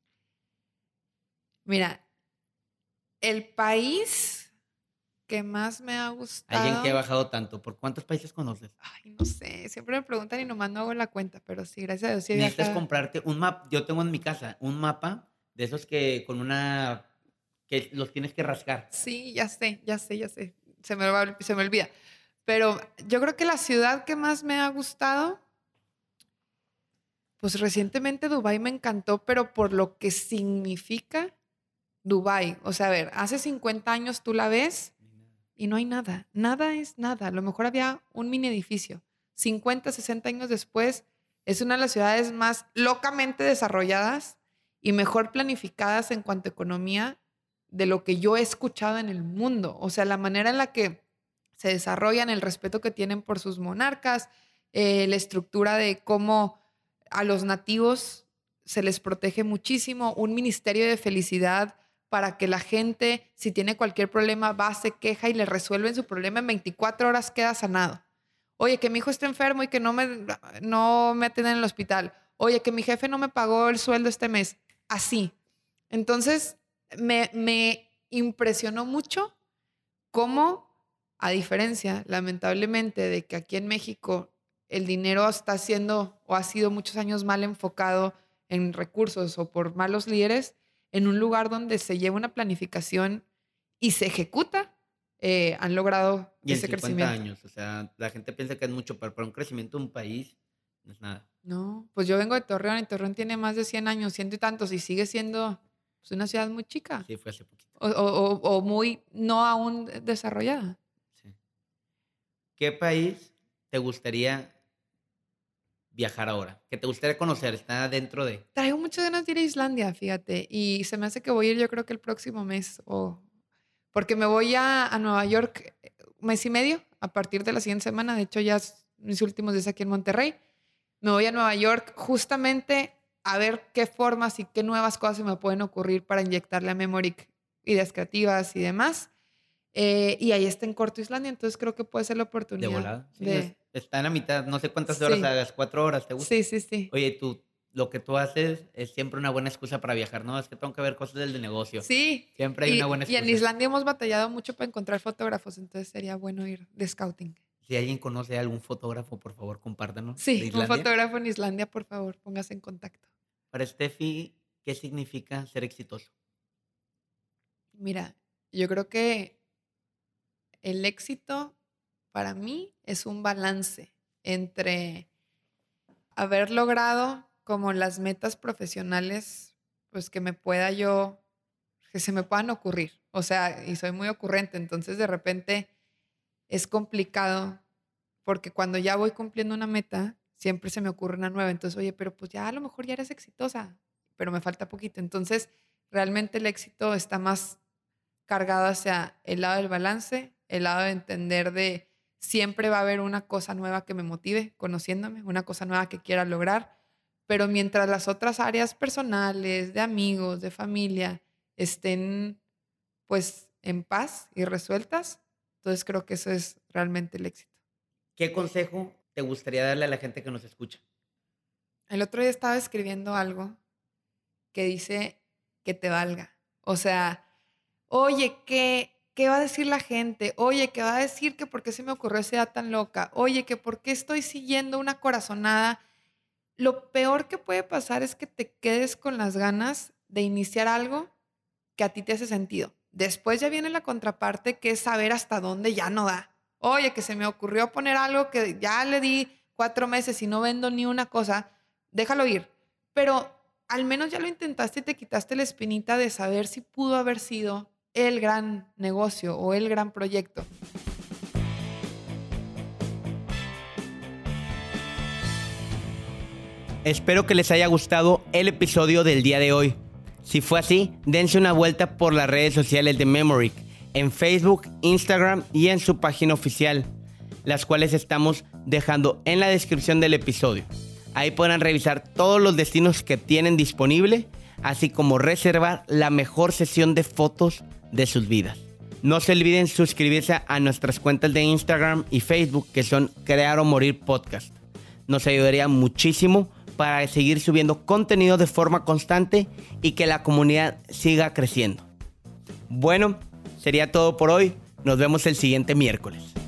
Mira, el país que más me ha gustado. Alguien que ha bajado tanto, ¿por cuántos países conoces? Ay, no sé, siempre me preguntan y nomás no hago la cuenta, pero sí, gracias a Dios sí he Necesitas viajado. comprarte un mapa. Yo tengo en mi casa un mapa de esos que con una que los tienes que rascar. Sí, ya sé. Se me olvida. Pero yo creo que la ciudad que más me ha gustado, pues recientemente Dubái me encantó, pero por lo que significa Dubái. O sea, a ver, hace 50 años tú la ves y no hay nada. Nada es nada. A lo mejor había un mini edificio. 50, 60 años después, es una de las ciudades más locamente desarrolladas y mejor planificadas en cuanto a economía de lo que yo he escuchado en el mundo. O sea, la manera en la que se desarrollan, el respeto que tienen por sus monarcas, la estructura de cómo a los nativos se les protege muchísimo, un ministerio de felicidad para que la gente, si tiene cualquier problema, va, se queja y le resuelven su problema en 24 horas, queda sanado. Oye, que mi hijo está enfermo y que no me atienden en el hospital. Oye, que mi jefe no me pagó el sueldo este mes. Así. Entonces, me impresionó mucho cómo, a diferencia, lamentablemente, de que aquí en México el dinero está siendo o ha sido muchos años mal enfocado en recursos o por malos líderes, en un lugar donde se lleva una planificación y se ejecuta, han logrado Y en ese 50 crecimiento. años, o sea, la gente piensa que es mucho, pero para un crecimiento de un país no es nada. No, pues yo vengo de Torreón y Torreón tiene más de 100 años, ciento y tantos, y sigue siendo pues, una ciudad muy chica Sí, fue hace poquito. o muy no aún desarrollada. Sí. ¿Qué país te gustaría viajar ahora? ¿Qué te gustaría conocer? Está dentro de... Traigo muchas ganas de ir a Islandia, fíjate, y se me hace que voy a ir yo creo que el próximo mes, porque me voy a Nueva York un mes y medio a partir de la siguiente semana, de hecho ya es mis últimos días aquí en Monterrey. Me voy a Nueva York justamente a ver qué formas y qué nuevas cosas se me pueden ocurrir para inyectarle a Memory ideas creativas y demás. Y ahí está en corto Islandia, entonces creo que puede ser la De oportunidad volada. Sí, de... está en la mitad. No sé cuántas horas Sí, hagas. 4 horas, ¿te gusta? sí. Oye, lo que tú haces es siempre una buena excusa para viajar, ¿no? Es que tengo que ver cosas del de negocio. Sí, Siempre hay una buena y en excusa. Islandia hemos batallado mucho para encontrar fotógrafos, entonces sería bueno ir de scouting. Si alguien conoce a algún fotógrafo, por favor, compártanos. ¿De Sí, un Islandia? fotógrafo en Islandia, por favor, póngase en contacto. Para Steffi, ¿qué significa ser exitoso? Mira, yo creo que el éxito para mí es un balance entre haber logrado como las metas profesionales, pues que se me puedan ocurrir. O sea, y soy muy ocurrente, entonces de repente es complicado porque cuando ya voy cumpliendo una meta, siempre se me ocurre una nueva. Entonces, oye, pero pues ya a lo mejor ya eres exitosa, pero me falta poquito. Entonces, realmente el éxito está más cargado hacia el lado del balance, el lado de entender de siempre va a haber una cosa nueva que me motive, conociéndome, una cosa nueva que quiera lograr, pero mientras las otras áreas personales, de amigos, de familia, estén pues en paz y resueltas, entonces creo que eso es realmente el éxito. ¿Qué consejo te gustaría darle a la gente que nos escucha? El otro día estaba escribiendo algo que dice que te valga. O sea, Oye, ¿qué va a decir la gente? Oye, ¿qué va a decir que por qué se me ocurrió esa idea tan loca? Oye, que por qué estoy siguiendo una corazonada. Lo peor que puede pasar es que te quedes con las ganas de iniciar algo que a ti te hace sentido. Después ya viene la contraparte, que es saber hasta dónde ya no da. Oye, que se me ocurrió poner algo que ya le di 4 meses y no vendo ni una cosa, déjalo ir. Pero al menos ya lo intentaste y te quitaste la espinita de saber si pudo haber sido el gran negocio o el gran proyecto. Espero que les haya gustado el episodio del día de hoy. Si fue así, dense una vuelta por las redes sociales de Memoric, en Facebook, Instagram y en su página oficial, las cuales estamos dejando en la descripción del episodio. Ahí podrán revisar todos los destinos que tienen disponible, así como reservar la mejor sesión de fotos de sus vidas. No se olviden suscribirse a nuestras cuentas de Instagram y Facebook, que son Crear o Morir Podcast. Nos ayudaría muchísimo para seguir subiendo contenido de forma constante y que la comunidad siga creciendo. Bueno, sería todo por hoy. Nos vemos el siguiente miércoles.